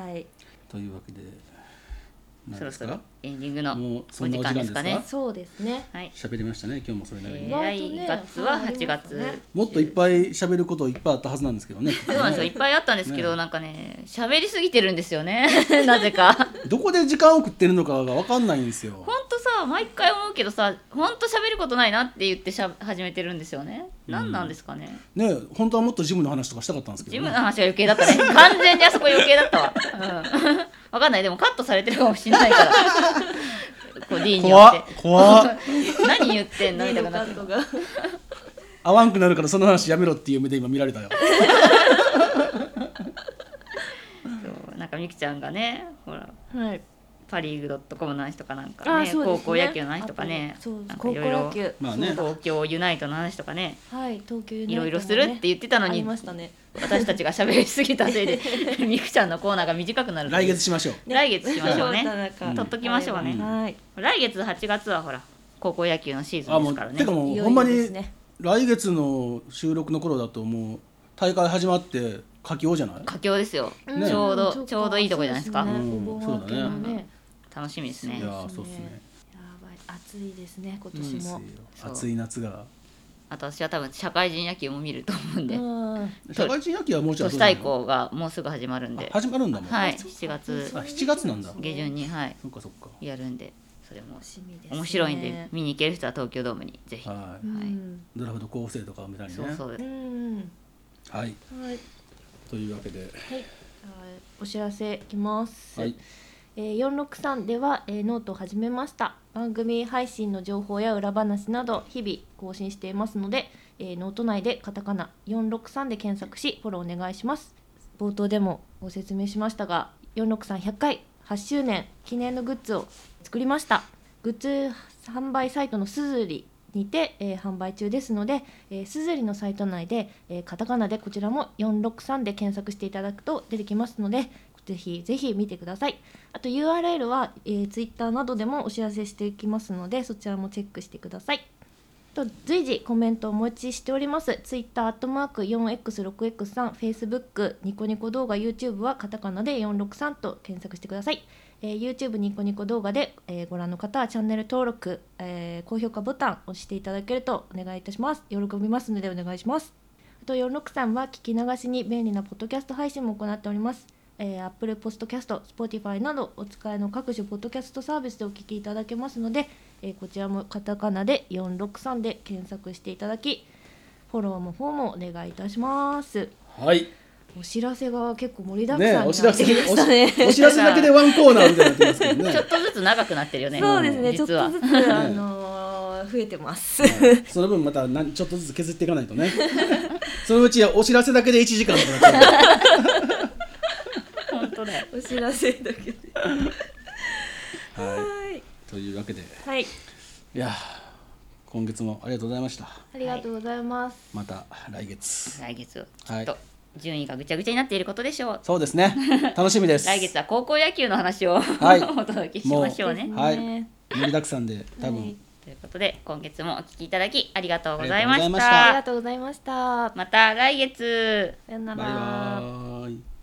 Speaker 1: はい、
Speaker 3: というわけで
Speaker 2: そろそろエンディングのお時間ですかね。
Speaker 1: そうですね。
Speaker 3: 喋りましたね今日もそれなりに。
Speaker 2: 来月ははちがつ、
Speaker 3: もっといっぱい喋ることいっぱいあったはずなんですけどね。
Speaker 2: そうなんですよいっぱいあったんですけど、なんかね喋りすぎてるんですよねなぜか。
Speaker 3: どこで時間を食ってるのかが分かんないんですよ。
Speaker 2: ほんとさ毎回思うけどさほんと喋ることないなって言ってしゃ始めてるんですよね。何なんですかね。
Speaker 3: ね本当はもっとジムの話とかしたかったんですけど。
Speaker 2: ジムの話が余計だったね。完全にあそこ余計だったわ。うんわかんないでもカットされてるかもしれないからこう D によって
Speaker 3: 怖っ
Speaker 2: 何言ってんのみたいなカットが
Speaker 3: 合わんくなるからその話やめろっていう目で今見られたよ
Speaker 2: そうなんかみきちゃんがねほら、
Speaker 1: はい、
Speaker 2: パリーグ .com の話とかなんかね、高校野球の話とかね、
Speaker 1: 高校野球、
Speaker 3: まあね、
Speaker 2: 東京ユナイトの話とかね、
Speaker 1: はい、東京ユナイトもね、
Speaker 2: いろいろするって言ってたのに、
Speaker 1: ね、
Speaker 2: 私たちが喋りすぎたせいでみくちゃんのコーナーが短くなる。
Speaker 3: 来月しましょう。
Speaker 2: 来月しましょうね。
Speaker 1: 取
Speaker 2: っときましょうね。
Speaker 1: はい、
Speaker 2: 来月はちがつはほら高校野球のシーズンですからね。
Speaker 3: てかもうほんまに来月の収録の頃だともう大会始まって佳境じゃない？
Speaker 2: 佳境ですよ、ね、ちょうどちょうどいいとこじゃないですか。
Speaker 3: そうだね。
Speaker 2: 楽しみですね。
Speaker 3: いやそうですね。
Speaker 1: やばい、暑いですね今年も。
Speaker 3: 暑い夏が。
Speaker 2: あと私は多分社会人野球も見ると思うんで。
Speaker 3: 社会人野球はもうちょっと。
Speaker 2: 都市対抗がもうすぐ始まるんで。
Speaker 3: 始まるんだもん。
Speaker 2: はい。しちがつ。
Speaker 3: あ、しちがつなんだ。
Speaker 2: 下旬にはい。
Speaker 3: そっかそっか。
Speaker 2: やるんで。それも面白いんで見に行ける人は東京ドームにぜひ。はい。
Speaker 3: ドラフト構成とかを見たりね。
Speaker 2: そうそうです。
Speaker 3: はい。というわけで。はい。
Speaker 1: お知らせいきます。はい。よんろくさんではノートを始めました。番組配信の情報や裏話など日々更新していますので、ノート内でカタカナよんろくさんで検索しフォローお願いします。冒頭でもご説明しましたが、よんろくさんひゃっかいはちしゅうねん記念のグッズを作りました。グッズ販売サイトのすずりにて、えー、販売中ですので、えー、すずりのサイト内で、えー、カタカナでこちらもよんろくさんで検索していただくと出てきますので、ぜひぜひ見てください。あと ユーアールエル は、えー、Twitter などでもお知らせしていきますので、そちらもチェックしてください。と随時コメントをお待ちしております。Twitter アットマーク よんエックスろくエックスさん、Facebook、ニコニコ動画、YouTube はカタカナでよんろくさんと検索してください。えー、YouTube ニコニコ動画で、えー、ご覧の方はチャンネル登録、えー、高評価ボタンを押していただけるとお願いいたします。喜びますのでお願いします。あとよんろくさんは聞き流しに便利なポッドキャスト配信も行っております。えー、Apple Podcast、Spotify などお使いの各種ポッドキャストサービスでお聞きいただけますので、えー、こちらもカタカナでよんろくさんで検索していただき、フォローもフォーもお願いいたします。
Speaker 3: はい。
Speaker 1: お知らせが結構盛りだくさんになってきま
Speaker 3: したね。お知らせだけでワンコーナーみたいになってますけどね。
Speaker 2: ちょっとずつ長くなってるよね。
Speaker 1: そうですね。ちょっとずつあのー、増えてます。はい、
Speaker 3: その分またちょっとずつ削っていかないとね。そのうちお知らせだけでいちじかんとかなっちゃう。
Speaker 2: 本当だよ。
Speaker 1: お知らせだけで。はい。
Speaker 3: というわけで。
Speaker 1: はい。い
Speaker 3: や。今月もありがとうございました。
Speaker 1: ありがとうございます。
Speaker 3: また来月。
Speaker 2: 来月きっと順位がぐちゃぐちゃになっていることでしょう。
Speaker 3: そうですね。楽しみです。
Speaker 2: 来月は高校野球の話を、はい、お届けしましょうね。
Speaker 3: はい。盛りだくさんで多分、はい。
Speaker 2: ということで今月もお聞きいただきありがとうございました。
Speaker 1: ありがとうございました。
Speaker 2: また来月。
Speaker 1: さよなら。
Speaker 3: バイバイ。